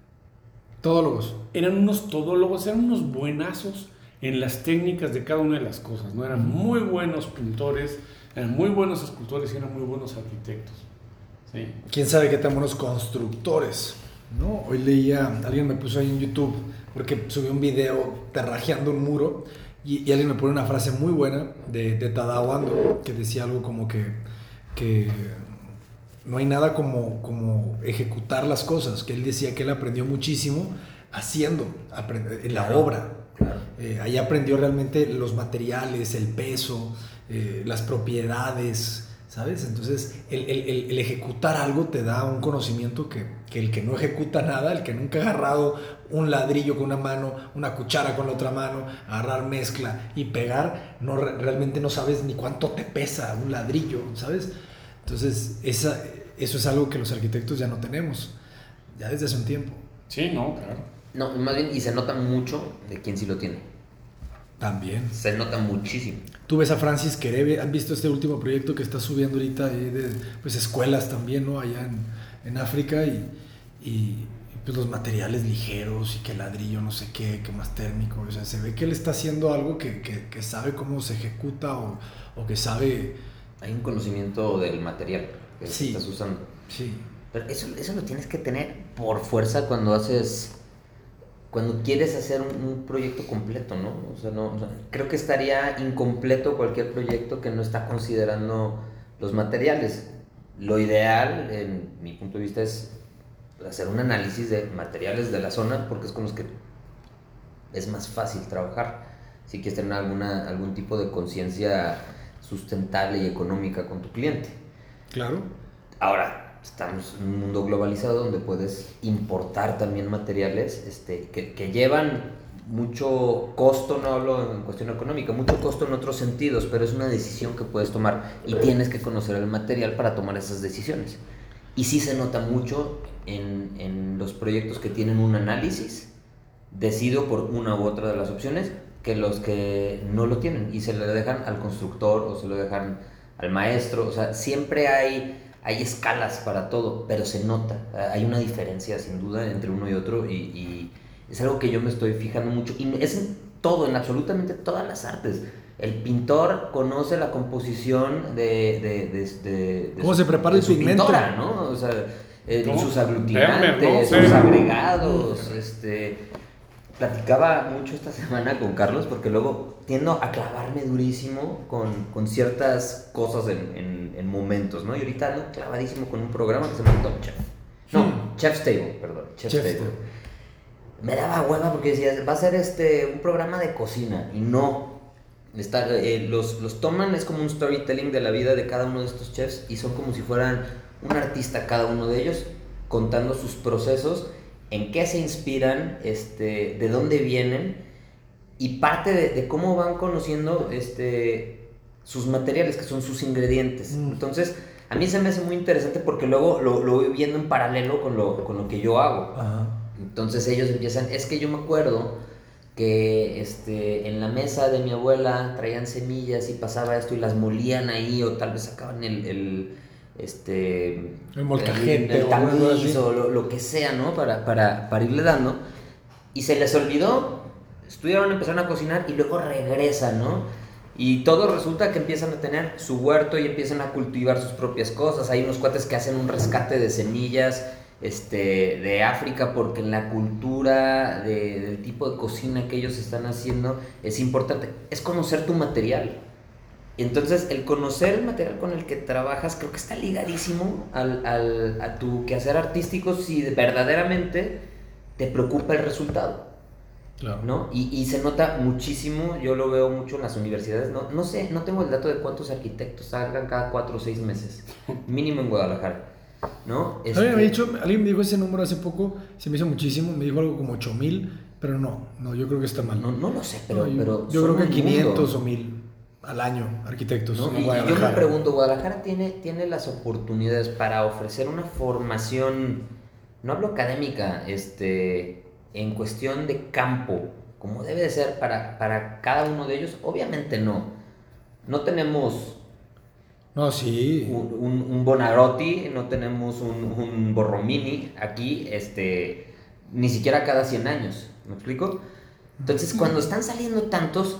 Todólogos. Eran unos todólogos, eran unos buenazos en las técnicas de cada una de las cosas, ¿no? Eran muy buenos pintores, eran muy buenos escultores y eran muy buenos arquitectos. ¿Sí? ¿Quién sabe qué tan buenos constructores? ¿No? Hoy leía, alguien me puso ahí en YouTube, porque subió un video terrajeando un muro y alguien me pone una frase muy buena de Tadao Ando, que decía algo como que no hay nada como ejecutar las cosas, que él decía que él aprendió muchísimo haciendo, en la obra. Claro. Ahí aprendió realmente los materiales, el peso, las propiedades, ¿sabes? Entonces, el ejecutar algo te da un conocimiento que el que no ejecuta nada, el que nunca ha agarrado un ladrillo con una mano, una cuchara con la otra mano, agarrar mezcla y pegar, realmente no sabes ni cuánto te pesa un ladrillo, ¿sabes? Entonces, eso es algo que los arquitectos ya no tenemos, ya desde hace un tiempo. Sí, no, claro. No, más bien, y se nota mucho de quién sí lo tiene. También. Se nota muchísimo. Tú ves a Francis Querebe, ¿has visto este último proyecto que está subiendo ahorita de pues, escuelas también, ¿no? Allá en África y pues los materiales ligeros y que ladrillo no sé qué, que más térmico, o sea, se ve que él está haciendo algo que sabe cómo se ejecuta o que sabe... Hay un conocimiento del material que Sí. estás usando. Sí. Pero eso lo tienes que tener por fuerza cuando quieres hacer un proyecto completo, ¿no? O sea, creo que estaría incompleto cualquier proyecto que no está considerando los materiales. Lo ideal, en mi punto de vista, es hacer un análisis de materiales de la zona, porque es con los que es más fácil trabajar. Si quieres tener algún tipo de conciencia sustentable y económica con tu cliente. Claro. Ahora, estamos en un mundo globalizado donde puedes importar también materiales que llevan mucho costo, no hablo en cuestión económica, mucho costo en otros sentidos, pero es una decisión que puedes tomar y tienes que conocer el material para tomar esas decisiones. Y sí se nota mucho en los proyectos que tienen un análisis, decido por una u otra de las opciones, que los que no lo tienen y se lo dejan al constructor o se lo dejan al maestro. O sea, siempre hay escalas para todo, pero se nota, hay una diferencia sin duda entre uno y otro y es algo que yo me estoy fijando mucho y es en todo, en absolutamente todas las artes. El pintor conoce la composición de cómo se prepara el su pigmento, pintora, ¿no? O sea, sus aglutinantes, ¿no? sus agregados, platicaba mucho esta semana con Carlos porque luego tiendo a clavarme durísimo con ciertas cosas en momentos, ¿no? Y ahorita ando clavadísimo con un programa que se llama Top Chef. No, Chef's Table, perdón. Chef's Table. Me daba hueva porque decía, va a ser un programa de cocina y no. Los toman, es como un storytelling de la vida de cada uno de estos chefs y son como si fueran un artista cada uno de ellos contando sus procesos, en qué se inspiran, de dónde vienen y parte de cómo van conociendo sus materiales, que son sus ingredientes. Entonces, a mí se me hace muy interesante porque luego lo voy viendo en paralelo con lo que yo hago. Ajá. Entonces ellos empiezan, es que yo me acuerdo que en la mesa de mi abuela traían semillas y pasaba esto y las molían ahí o tal vez sacaban el molcajete el tamiz o lo que sea, ¿no? Para irle dando y se les olvidó, estudiaron, empezaron a cocinar y luego regresan, ¿no? Y todo resulta que empiezan a tener su huerto y empiezan a cultivar sus propias cosas. Hay unos cuates que hacen un rescate de semillas de África porque en la cultura del tipo de cocina que ellos están haciendo es importante, es conocer tu material. Entonces el conocer el material con el que trabajas creo que está ligadísimo a tu quehacer artístico si verdaderamente te preocupa el resultado. Claro. ¿No? Y se nota muchísimo, yo lo veo mucho en las universidades, no sé, no tengo el dato de cuántos arquitectos salgan cada 4 o 6 meses, mínimo en Guadalajara, ¿no? Alguien me dijo ese número hace poco, se me hizo muchísimo, me dijo algo como 8,000, pero no, yo creo que está mal. No lo sé, pero yo creo que 500 o 1,000 al año arquitectos, ¿no? Y yo me pregunto, Guadalajara tiene las oportunidades para ofrecer una formación, no hablo académica, en cuestión de campo, como debe de ser para cada uno de ellos. Obviamente no tenemos sí. un Bonarotti, no tenemos un Borromini aquí, ni siquiera cada 100 años, ¿me explico? Entonces cuando están saliendo tantos,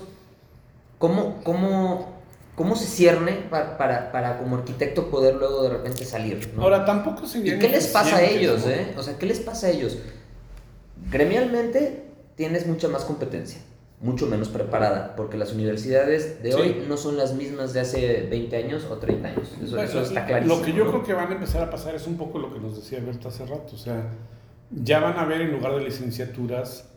¿cómo se cierne para como arquitecto poder luego de repente salir, ¿no? Ahora tampoco se ¿Y qué les pasa a ellos, ¿no? O sea, ¿qué les pasa a ellos? Gremialmente tienes mucha más competencia, mucho menos preparada, porque las universidades de hoy no son las mismas de hace 20 años o 30 años. Eso está clarísimo. Lo que yo creo que van a empezar a pasar es un poco lo que nos decía Berta hace rato. O sea, ya van a ver en lugar de licenciaturas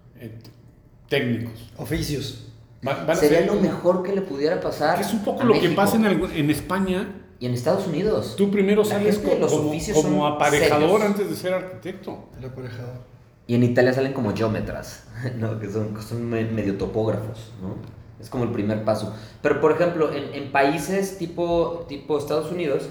técnicos. Oficios. Sería lo mejor que le pudiera pasar. Que es un poco lo México. que pasa en España. Y en Estados Unidos. Tú primero sales como aparejador serios. antes de ser arquitecto. El aparejador. Y en Italia salen como geómetras, ¿no? Que son medio topógrafos, ¿no? Es como el primer paso. Pero, por ejemplo, en países tipo Estados Unidos,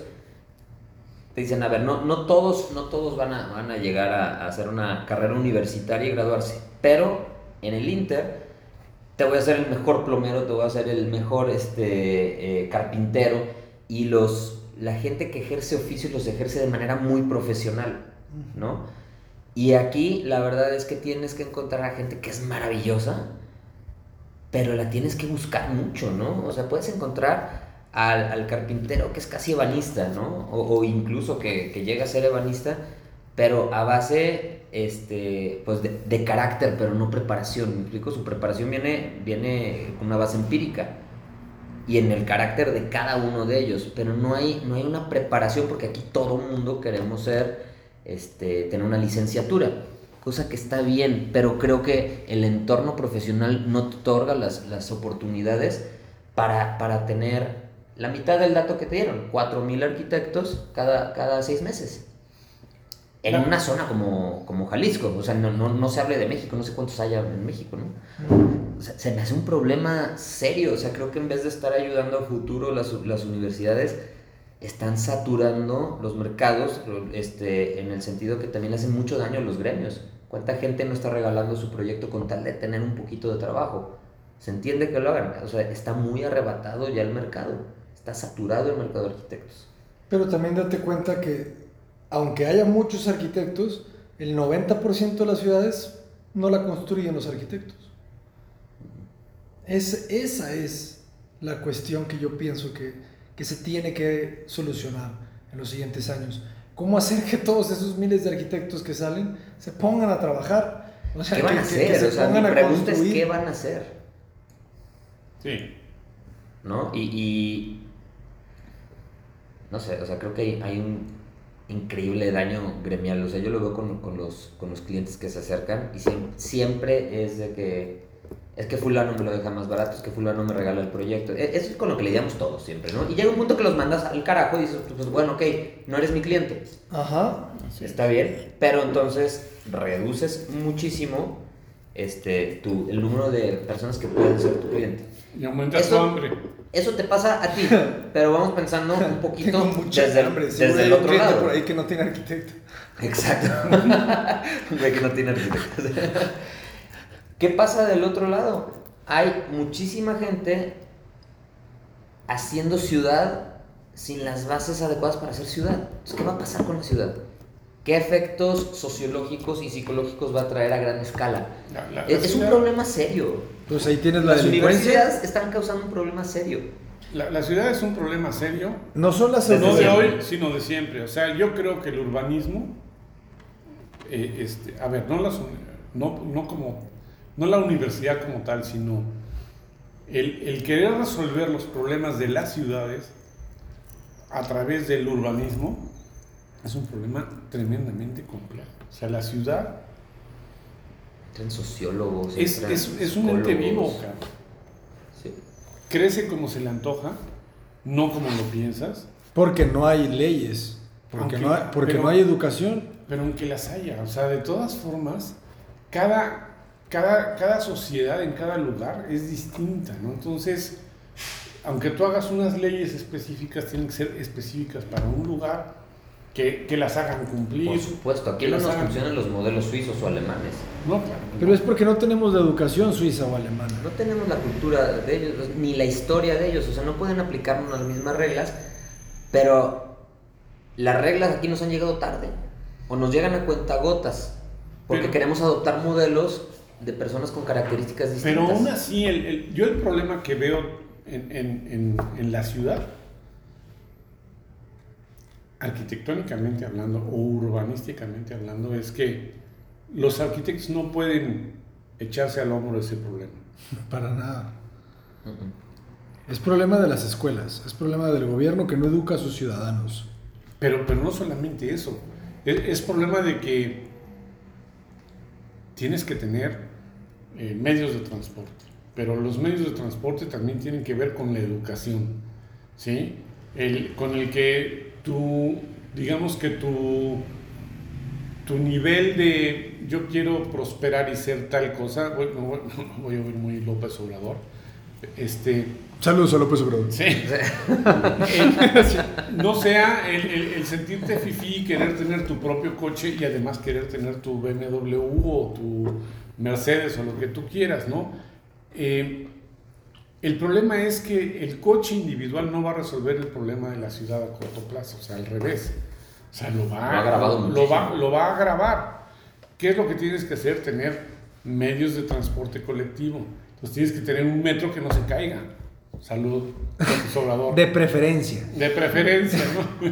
te dicen, a ver, no todos van a llegar a hacer una carrera universitaria y graduarse. Pero en el Inter, te voy a hacer el mejor plomero, te voy a hacer el mejor carpintero. Y la gente que ejerce oficios los ejerce de manera muy profesional, ¿no? Y aquí la verdad es que tienes que encontrar a gente que es maravillosa, pero la tienes que buscar mucho, ¿no? O sea, puedes encontrar al carpintero que es casi ebanista, ¿no? O incluso que llega a ser ebanista, pero a base pues de carácter, pero no preparación. ¿Me explico? Su preparación viene con una base empírica y en el carácter de cada uno de ellos, pero no hay una preparación porque aquí todo el mundo queremos ser tener una licenciatura, cosa que está bien, pero creo que el entorno profesional no te otorga las oportunidades para tener la mitad del dato que te dieron, 4,000 arquitectos cada 6 meses. En una zona como Jalisco, o sea, no se hable de México, no sé cuántos haya en México, ¿no? O sea, se me hace un problema serio, o sea, creo que en vez de estar ayudando a futuro las universidades, están saturando los mercados, en el sentido que también le hacen mucho daño a los gremios. ¿Cuánta gente no está regalando su proyecto con tal de tener un poquito de trabajo? Se entiende que lo hagan, o sea, está muy arrebatado ya el mercado, está saturado el mercado de arquitectos. Pero también date cuenta que, aunque haya muchos arquitectos, el 90% de las ciudades no la construyen los arquitectos. Esa es la cuestión que yo pienso que se tiene que solucionar en los siguientes años. ¿Cómo hacer que todos esos miles de arquitectos que salen se pongan a trabajar? O sea, ¿qué van a hacer? Que se o sea, pongan mi a pregunta construir. es ¿qué van a hacer? Sí. ¿No? Y no sé, o sea, creo que hay un increíble daño gremial. O sea, yo lo veo con los clientes que se acercan y siempre es de que es que fulano me lo deja más barato, es que fulano me regala el proyecto. Eso es con lo que lidiamos todos siempre, ¿no? Y llega un punto que los mandas al carajo y dices, pues bueno, ok, no eres mi cliente. Ajá. Está bien, pero entonces reduces muchísimo el número de personas que pueden ser tu cliente. Y aumenta tu hambre. Eso te pasa a ti, pero vamos pensando un poquito Tengo mucha hambre. desde el otro lado. Por ahí que no tiene arquitecto. Exacto. Güey que no tiene arquitectos. ¿Qué pasa del otro lado? Hay muchísima gente haciendo ciudad sin las bases adecuadas para hacer ciudad. Entonces, ¿qué va a pasar con la ciudad? ¿Qué efectos sociológicos y psicológicos va a traer a gran escala? Es un problema serio. Pues ahí tienes la Las delincuencia. universidades están causando un problema serio. La ciudad es un problema serio, No son las no de universidades. hoy, sino de siempre. O sea, yo creo que el urbanismo, a ver, no la universidad como tal, sino el querer resolver los problemas de las ciudades a través del urbanismo es un problema tremendamente complejo. O sea, la ciudad Entran sociólogos. es un ente vivo, cabrón. Sí. Crece como se le antoja, no como lo piensas. Porque no hay leyes. Porque no hay educación. Pero aunque las haya, o sea, de todas formas, cada sociedad en cada lugar es distinta, ¿no? Entonces, aunque tú hagas unas leyes específicas, tienen que ser específicas para un lugar, que las hagan cumplir. Por supuesto, aquí no nos funcionan los modelos suizos o alemanes. No, claro. Pero es porque no tenemos la educación suiza o alemana. No tenemos la cultura de ellos, ni la historia de ellos, o sea, no pueden aplicarnos las mismas reglas, pero las reglas aquí nos han llegado tarde, o nos llegan a cuentagotas, porque queremos adoptar modelos de personas con características distintas. Pero aún así, yo el problema que veo en la ciudad, arquitectónicamente hablando o urbanísticamente hablando, es que los arquitectos no pueden echarse al hombro ese problema. Para nada. Es problema de las escuelas, es problema del gobierno que no educa a sus ciudadanos. Pero no solamente eso, es problema de que tienes que tener medios de transporte, pero los medios de transporte también tienen que ver con la educación, ¿sí? Con el que digamos que tu nivel de yo quiero prosperar y ser tal cosa, voy a oír muy López Obrador, Saludos a López Obrador. sí. No sea el sentirte fifí y querer tener tu propio coche y además querer tener tu BMW o tu Mercedes o lo que tú quieras, ¿no? El problema es que el coche individual no va a resolver el problema de la ciudad a corto plazo, o sea, al revés. O sea, lo va a agravar. ¿Qué es lo que tienes que hacer? Tener medios de transporte colectivo. Entonces tienes que tener un metro que no se caiga. Salud, López Obrador. De preferencia. De preferencia, ¿no?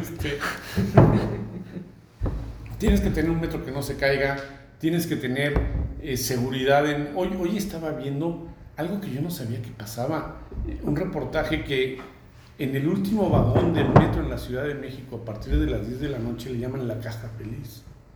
Tienes que tener un metro que no se caiga, tienes que tener seguridad. Hoy estaba viendo algo que yo no sabía que pasaba, un reportaje que en el último vagón del metro en la Ciudad de México, a partir de las 10 de la noche, le llaman la caja feliz.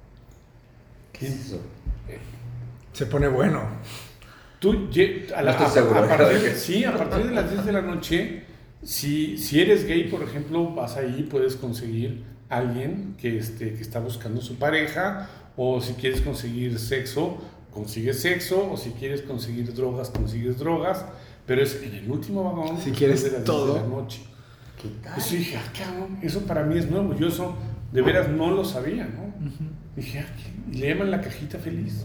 ¿Qué es eso? Se pone bueno. Tú, No estoy seguro. a partir de las 10 de la noche, si eres gay, por ejemplo, vas ahí, puedes conseguir a alguien que está buscando su pareja, o si quieres conseguir sexo, consigues sexo, o si quieres conseguir drogas, consigues drogas, pero es en el último vagón. Si quieres de las 10 todo. de la noche. ¿Qué tal? Pues dije, cabrón, eso para mí es nuevo, yo eso de veras no lo sabía, ¿no? Dije, y le llaman la cajita feliz.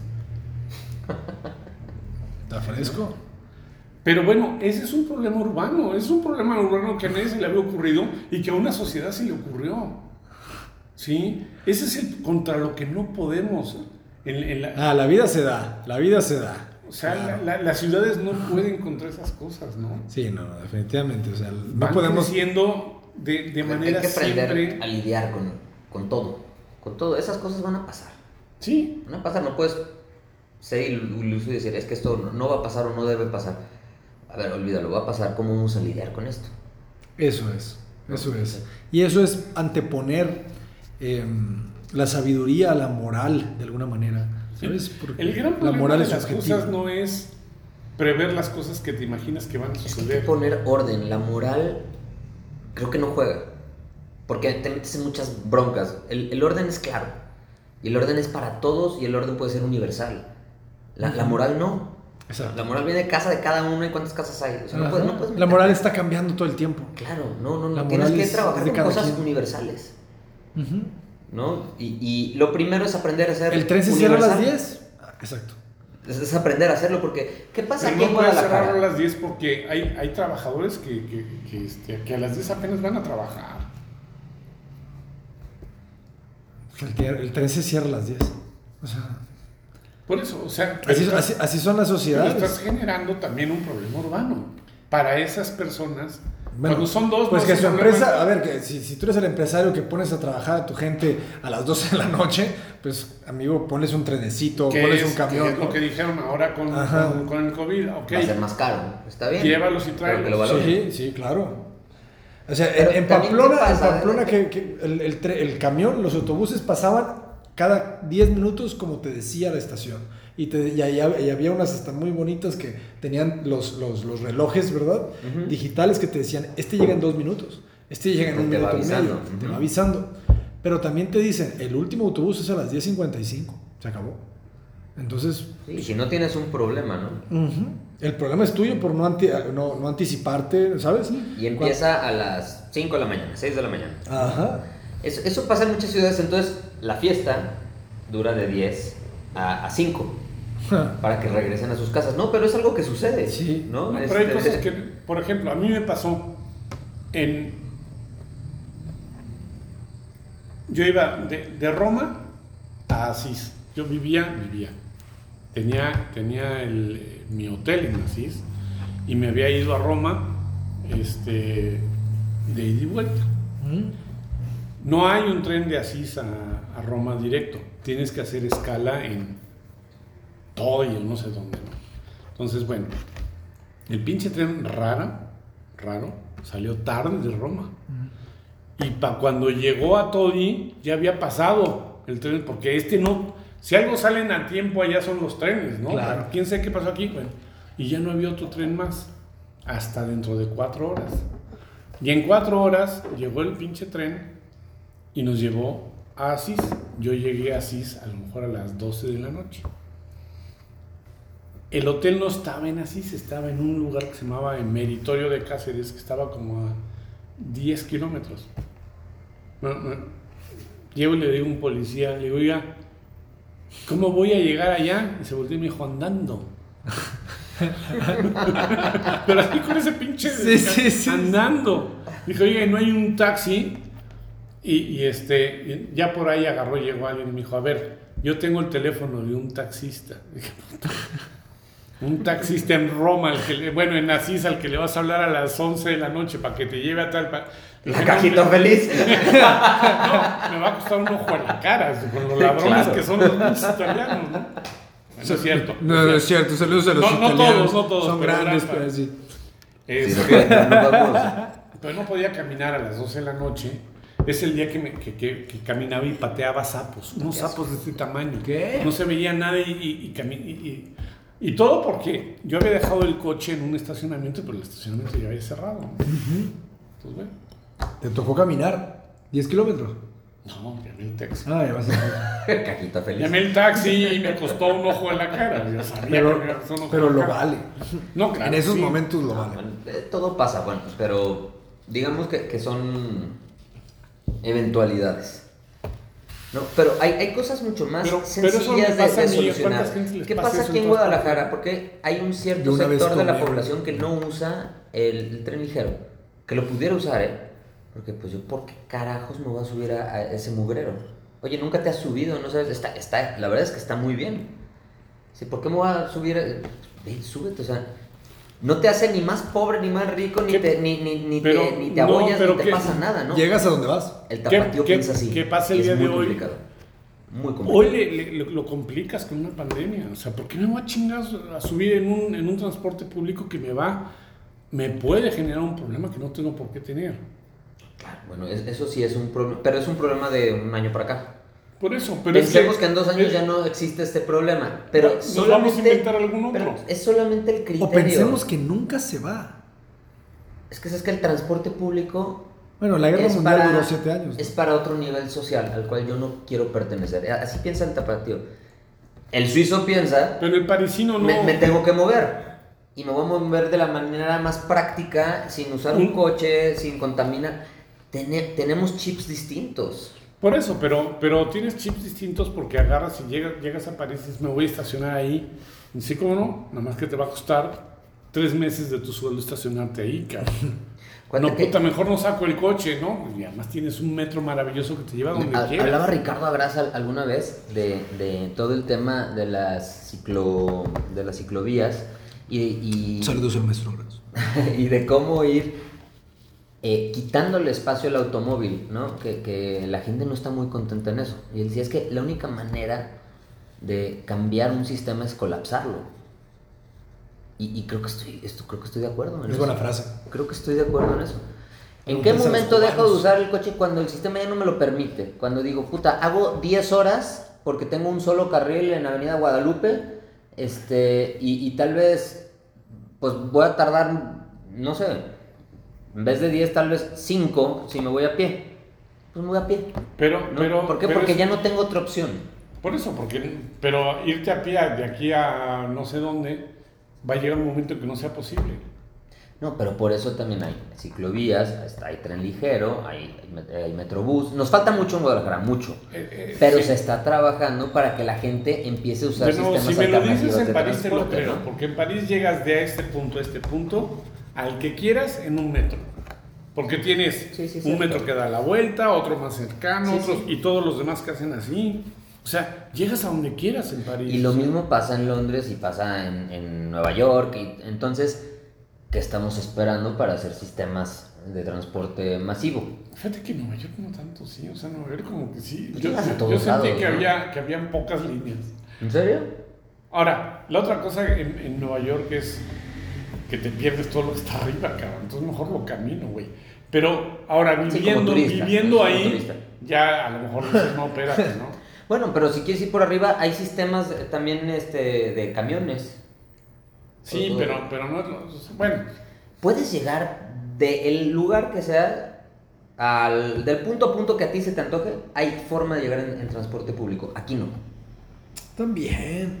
¿Está fresco? Pero bueno, ese es un problema urbano, que a nadie se le había ocurrido y que a una sociedad se le ocurrió. ¿Sí? Ese es el contra lo que no podemos. La vida se da, O sea, claro. las ciudades no pueden contra esas cosas, ¿no? Sí, no, definitivamente. O sea, no Van podemos. creciendo de manera hay que aprender siempre. a lidiar con todo. Con todo. Esas cosas van a pasar. Sí. Van a pasar. No puedes ser iluso y decir, es que esto no va a pasar o no debe pasar. A ver, olvídalo, va a pasar. ¿Cómo vamos a lidiar con esto? Eso es. Y eso es anteponer la sabiduría a la moral, de alguna manera. ¿Sabes? Porque El gran la problema moral de es las subjetiva. cosas no es prever las cosas que te imaginas que van a Es que hay suceder. que poner orden. La moral creo que no juega. Porque te metes en muchas broncas. El orden es claro. Y el orden es para todos y el orden puede ser universal. La moral no. Exacto. La moral viene de casa de cada uno y cuántas casas hay. O sea, no puedes la meter- moral está cambiando todo el tiempo. Claro, no. La Tienes moral que es trabajar de con cada cosas quien. universales. Ujú. ¿No? Y lo primero es aprender a ser ¿El tren se cierra a las universal. 10? Exacto. Es aprender a hacerlo porque ¿qué pasa Pero aquí en no puedes cerrarlo a Guadalajara? las 10 porque hay trabajadores que a las 10 apenas van a trabajar. El tren se cierra a las 10. O sea, Por eso, o sea, así son las pero sociedades. estás generando también un problema urbano para esas personas. Bueno, cuando son dos, pues no que es su un problema. empresa, a ver, que si tú eres el empresario que pones a trabajar a tu gente a las 12 de la noche, pues amigo, pones un trenecito, Que pones es, un camión. que es lo ¿no? que dijeron ahora con el COVID. Ok, Va a ser más caro. Está bien. llévalos y Pero tráelos. que lo valoren. Sí, claro. O sea, Pero en también, Pamplona, ¿qué pasa? que el camión, los autobuses pasaban cada 10 minutos, como te decía la estación. Y había unas hasta muy bonitas que tenían los relojes, ¿verdad? Ujú. Digitales que te decían, este llega en 2 minutos, este llega en un Te va minuto y medio, avisando. te Ujú. va avisando. Pero también te dicen, el último autobús es a las 10:55, se acabó. Entonces, Y si no tienes un problema, ¿no? el problema es tuyo por no anticiparte, ¿sabes? Y empieza a las 5 de la mañana, 6 de la mañana. Ajá. Eso pasa en muchas ciudades, entonces la fiesta dura de 10 a 5 para que regresen a sus casas. No, pero es algo que sucede, Sí. ¿no? No, pero hay cosas que, por ejemplo, a mí me pasó yo iba de Roma a Asís. Yo vivía. Tenía mi hotel en Asís y me había ido a Roma de ida y vuelta. No hay un tren de Asís a Roma directo. Tienes que hacer escala en Toy o no sé dónde, ¿no? Entonces, bueno, el pinche tren raro, salió tarde de Roma. Y cuando llegó a Todi, ya había pasado el tren, porque no, si algo salen a tiempo allá son los trenes, ¿no? Claro. Pero ¿quién sabe qué pasó aquí? Bueno, y ya no había otro tren más, hasta dentro de 4 horas. Y en 4 horas llegó el pinche tren y nos llevó a Asís. Yo llegué a Asís a lo mejor a las 12 de la noche. El hotel no estaba en Asís, estaba en un lugar que se llamaba Meritorio de Cáceres, que estaba como a 10 kilómetros. Llego y le digo a un policía, le digo, oiga, ¿cómo voy a llegar allá? Y se volteó y me dijo, andando. Pero así con ese pinche Sí. andando. Dijo, oiga, ¿no hay un taxi? Y ya por ahí llegó alguien y me dijo, a ver, yo tengo el teléfono de un taxista. Dije, puta. Un taxista en Roma, en Asís, al que le vas a hablar a las 11 de la noche para que te lleve a tal... La cajita feliz. No, me va a costar un ojo a la cara, con los ladrones Claro. que son los pinches italianos, ¿no? No es cierto. No es cierto, saludos a los No italianos. todos, Son pero grandes, gran pero sí. Sí, no vamos. Pero no podía caminar a las 12 de la noche. es el día que caminaba y pateaba sapos, unos sapos de este tamaño. ¿Qué? No se veía nada y todo porque yo había dejado el coche en un estacionamiento, pero el estacionamiento ya había cerrado. Pues bueno. ¿Te tocó caminar 10 kilómetros? No, llamé el taxi. Ah, ya vas a ver. Cajita feliz. Llamé el taxi y me costó un ojo en la cara. Yo sabía Pero, que me costó un ojo pero en la lo cara. vale. No, claro. En esos sí. momentos lo vale. Bueno, todo pasa, bueno, pero digamos que son eventualidades. No, pero hay cosas mucho más Pero eso sencillas me pasa de a mí, solucionar. ¿cuántas gente les ¿Qué pasa pasa eso aquí en en todas Guadalajara? Porque hay un cierto De una vez sector de la conmigo. población que no usa el tren ligero, que lo pudiera usar, porque pues yo, ¿por qué carajos me voy a subir a ese mugrero? Oye, nunca te has subido, ¿no sabes? La verdad es que está muy bien. Sí, ¿por qué me voy a subir? Ve, súbete, o sea, no te hace ni más pobre ni más rico, ni te abollas, ni te pasa nada, ¿no? Llegas a donde vas. El tapatío piensa así. ¿Qué pasa el y día es de muy hoy? complicado. Muy complicado. Hoy lo complicas con una pandemia. O sea, ¿por qué me voy a chingar a subir en un transporte público que me puede generar un problema que no tengo por qué tener? Claro, bueno, eso sí es un problema, pero es un problema de un año para acá. Por eso, pero Pensemos que en 2 años ya no existe este problema, pero nos vamos a inventar algún otro. pero es solamente el criterio. O pensemos que nunca se va. Es que el transporte público Bueno, la guerra es mundial para- duró 7 años. ¿no? es para otro nivel social al cual yo no quiero pertenecer. Así piensa el tapatío. El suizo piensa, Pero el parisino no. me tengo que mover. Y me voy a mover de la manera más práctica, sin usar un coche, sin contaminar. Tenemos chips distintos. Por eso, pero tienes chips distintos porque agarras y llegas a París y dices, me voy a estacionar ahí. Y sí, como no, nada más que te va a costar 3 meses de tu sueldo estacionarte ahí, cabrón. No, puta, mejor no saco el coche, ¿no? Y además tienes un metro maravilloso que te lleva donde quieras. Hablaba Ricardo Agraza alguna vez de todo el tema de las ciclovías y Saludos al maestro Gras. y de cómo ir quitándole espacio al automóvil, ¿no? Que la gente no está muy contenta en eso. Y él decía, es que la única manera de cambiar un sistema es colapsarlo. Y creo que estoy de acuerdo en eso. Es buena frase. Creo que estoy de acuerdo en eso. ¿En Pero qué piensa en los momento dejo de cubanos. usar el coche cuando el sistema ya no me lo permite? Cuando digo, puta, hago 10 horas porque tengo un solo carril en Avenida Guadalupe, y tal vez, pues voy a tardar, no sé, en vez de 10, tal vez 5 si me voy a pie. Pues me voy a pie. ¿No? ¿Por qué? Porque ya no tengo otra opción. Por eso, pero irte a pie de aquí a no sé dónde, va a llegar un momento que no sea posible. No, pero por eso también hay ciclovías, hay tren ligero, hay metrobús. Nos falta mucho en Guadalajara, mucho. Pero sí. se está trabajando para que la gente empiece a usar De nuevo, sistemas si me lo alternativos dices en de París te lo transporte, creo, ¿no? porque en París llegas de este punto a este punto, al que quieras en un metro. Porque tienes Sí, un metro que da la vuelta, otro más cercano, Sí, otros, sí. y todos los demás que hacen así. O sea, llegas a donde quieras en París. Y lo mismo pasa en Londres y pasa en Nueva York. Y entonces, ¿qué estamos esperando para hacer sistemas de transporte masivo? Fíjate que en Nueva York no tanto, sí. O sea, Nueva York como que sí. Pues Yo llegas a sentí todos lados, que, ¿no? que habían pocas líneas. ¿En serio? Ahora, la otra cosa en Nueva York es que te pierdes todo lo que está arriba, cabrón. Entonces mejor lo camino, güey. Pero ahora Sí, como turista, viviendo como ahí, turista. ya a lo mejor dices, no, espérate, ¿no? Bueno, pero si quieres ir por arriba, hay sistemas también de camiones. Sí, pero no es lo... Bueno, Puedes llegar del lugar que sea, del punto a punto que a ti se te antoje, hay forma de llegar en transporte público. Aquí no. También.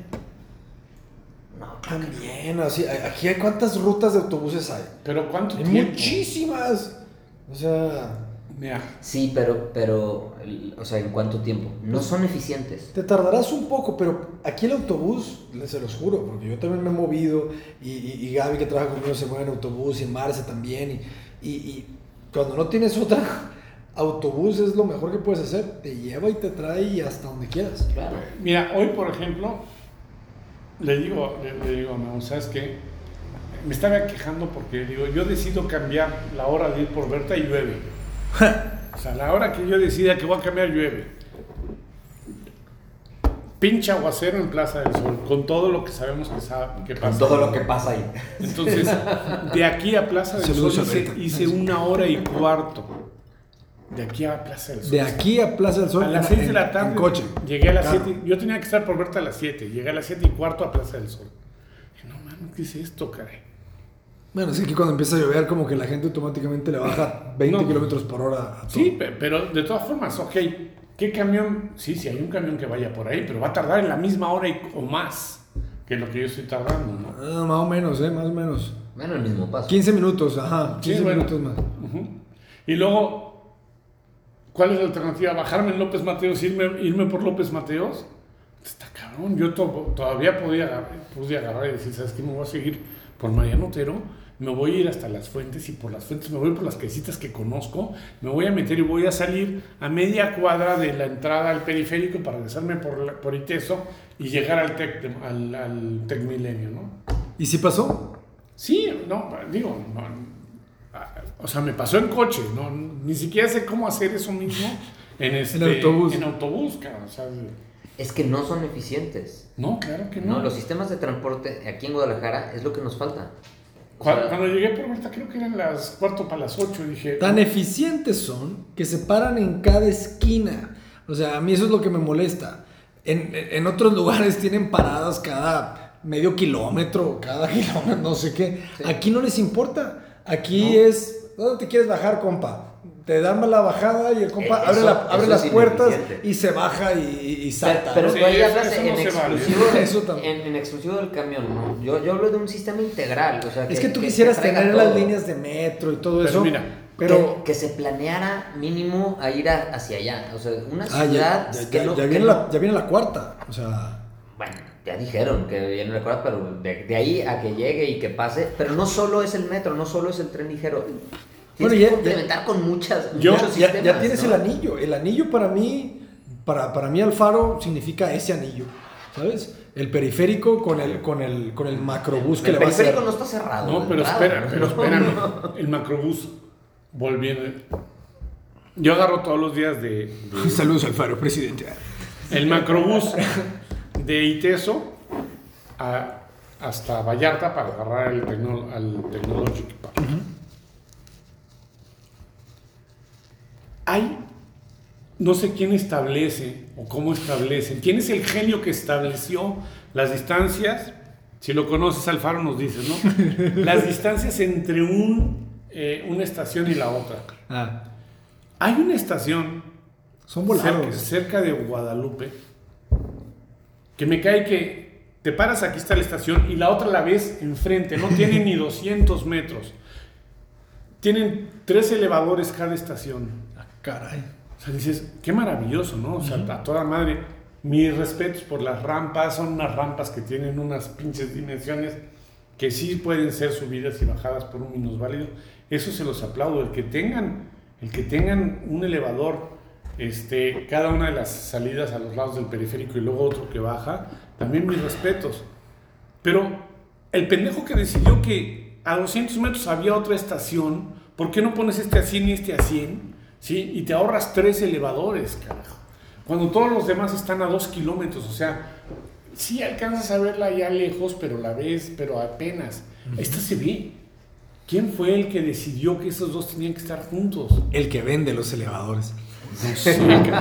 No, También. Así, aquí hay cuántas rutas de autobuses hay. pero ¿cuánto Hay tiempo? muchísimas. O sea, Mira, sí, pero, o sea, ¿en cuánto tiempo? No son eficientes. te tardarás un poco, pero aquí el autobús, se los juro, porque yo también me he movido y Gaby que trabaja conmigo se mueve en autobús y Marce también. Y cuando no tienes otra, autobús es lo mejor que puedes hacer. Te lleva y te trae hasta donde quieras. Claro. mira, hoy por ejemplo, le digo a Memo, ¿sabes qué? Me estaba quejando porque digo, yo decido cambiar la hora de ir por Berta y llueve. O sea, la hora que yo decida que voy a cambiar llueve. Pinche aguacero en Plaza del Sol, con todo lo que sabemos que pasa. Con todo lo que pasa ahí. Entonces, de aquí a Plaza del Saludos Sol a Berta. hice 1 hora y cuarto. De aquí a Plaza del Sol. De aquí a Plaza del Sol. A las 6 de la tarde. En coche. Llegué a las Claro. 7. Yo tenía que estar por verte a las 7. Llegué a las 7:15 a Plaza del Sol. Dije, no mames, ¿qué es esto, caray? Bueno, es que aquí cuando empieza a llover como que la gente automáticamente le baja 20 No. kilómetros por hora a todo. Sí, pero de todas formas, ok. ¿Qué camión? Sí, hay un camión que vaya por ahí, pero va a tardar en la misma hora o más que lo que yo estoy tardando, ¿no? Más o menos, más o menos. Bueno, el mismo paso. 15 minutos, ajá. 15 Sí, bueno. minutos más. Ujú. Y luego, ¿cuál es la alternativa? ¿Bajarme en López Mateos, irme por López Mateos? Está cabrón. Yo todavía podía agarrar y decir, ¿sabes qué? Me voy a seguir por Mariano Otero, me voy a ir hasta Las Fuentes y por Las Fuentes me voy por las casitas que conozco, me voy a meter y voy a salir a media cuadra de la entrada al periférico para regresarme por Iteso y llegar al Tec Milenio, ¿no? ¿Y si pasó? Sí, no, digo, no, o sea, me pasó en coche, ¿no? Ni siquiera sé cómo hacer eso mismo en autobús. En autobús, cara, o sea, Es que no son eficientes. no, claro que no. No, los sistemas de transporte aquí en Guadalajara es lo que nos falta. O sea, Cuando llegué por Berta, creo que eran las 7:45, y dije... Tan eficientes son que se paran en cada esquina. O sea, a mí eso es lo que me molesta. En otros lugares tienen paradas cada medio kilómetro, cada kilómetro, no sé qué. Sí. Aquí no les importa. Aquí No. es, ¿dónde te quieres bajar, compa? Te dan la bajada y el compa Eso abre es las puertas ineficiente. y se baja y salta. Pero ¿no? Sí, tú ahí eso hablas no en se vale. exclusivo, Eso también. en exclusivo del camión, ¿no? Yo hablo de un sistema integral, o sea, Es que tú quisieras traiga tener todo. las líneas de metro y todo Pero eso. mira, pero que se planeara mínimo a ir hacia allá. O sea, una ya, ciudad que no... ya que viene no- ya viene la cuarta. O sea, Bueno, ya dijeron que viene la cuarta, pero de ahí a que llegue y que pase. Pero no solo es el metro, no solo es el tren ligero. Tienes Bueno, que ya- complementar con muchos ya sistemas. tienes ¿no? el anillo. El anillo para mí, para mí Alfaro significa ese anillo, ¿sabes? El periférico con el macrobús que El le va a hacer. periférico no está cerrado. no, de pero entrada, espérame, ¿no? el macrobús, volviendo... Yo agarro todos los días Saludos Alfaro, presidente. el macrobús de Iteso hasta Vallarta para agarrar al Technologic Park. Hay, no sé quién establece o cómo establecen, quién es el genio que estableció las distancias. Si lo conoces, Alfaro, nos dices, ¿no? Las distancias entre una estación y la otra. Hay una estación Son volados. cerca de Guadalupe que me cae que te paras, aquí está la estación y la otra la ves enfrente, no tiene ni 200 metros. Tienen 3 elevadores cada estación. Caray. O sea, dices, qué maravilloso, ¿no? O sea, a toda madre. Mis respetos por las rampas, son unas rampas que tienen unas pinches dimensiones que sí pueden ser subidas y bajadas por un minusválido. Eso se los aplaudo. El que tengan un elevador, cada una de las salidas a los lados del periférico y luego otro que baja, también mis respetos. Pero el pendejo que decidió que a 200 metros había otra estación, ¿por qué no pones este a 100 y este a 100? ¿Sí? Y te ahorras 3 elevadores, carajo. Cuando todos los demás están a 2 kilómetros, o sea, sí alcanzas a verla allá lejos, pero la ves, pero apenas. Esta se ve. ¿Quién fue el que decidió que esos dos tenían que estar juntos? El que vende los elevadores. No sé,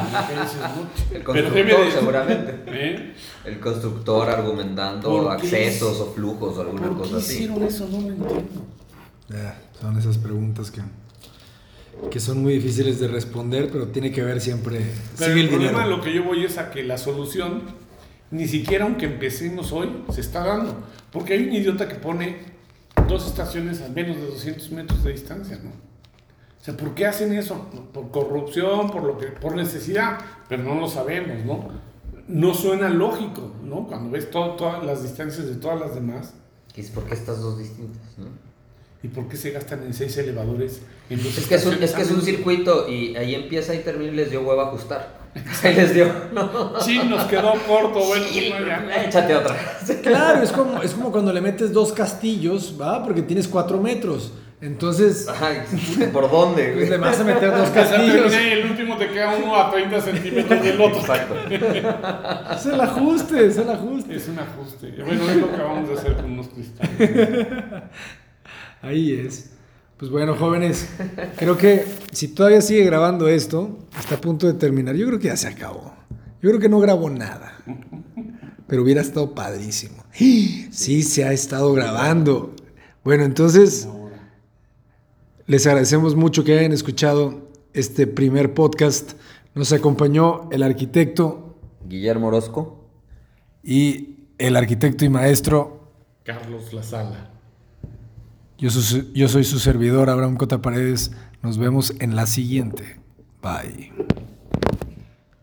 El pero constructor, seguramente. ¿Eh? El constructor argumentando ¿Por qué? accesos o flujos o alguna ¿Por cosa qué así. hicieron eso? No lo entiendo. Son esas preguntas que son muy difíciles de responder, pero tiene que ver siempre Pero sin el el problema, dinero. lo que yo voy es a que la solución, ni siquiera aunque empecemos hoy, se está dando. Porque hay un idiota que pone 2 estaciones a menos de 200 metros de distancia, ¿no? O sea, ¿por qué hacen eso? Por corrupción, por necesidad, pero no lo sabemos, ¿no? No suena lógico, ¿no? Cuando ves todas las distancias de todas las demás. ¿Y es porque estas dos distintas, no? ¿Y por qué se gastan en 6 elevadores? En 2 Es que es un estaciones? circuito y ahí empieza y termina y les dio hueva ajustar. Ahí les dio. No. Sí, nos quedó corto, bueno, Sí, pues, ya. échate otra. Claro, es como cuando le metes 2 castillos, ¿va? Porque tienes 4 metros. Entonces, Ajá, ¿por dónde, pues, güey? le vas a meter 2 O sea, castillos. termina y el último te queda uno a 30 centímetros del otro. Exacto. Es el ajuste, es el ajuste. Es un ajuste. Bueno, es lo que vamos a hacer con unos cristales. Ahí es. Pues bueno, jóvenes, creo que si todavía sigue grabando esto, está a punto de terminar. Yo creo que ya se acabó. Yo creo que no grabó nada. Pero hubiera estado padrísimo. Sí, se ha estado grabando. Bueno, entonces, les agradecemos mucho que hayan escuchado este primer podcast. Nos acompañó el arquitecto Guillermo Orozco y el arquitecto y maestro Carlos Lazala. Yo soy su servidor, Abraham Cota Paredes. Nos vemos en la siguiente. Bye.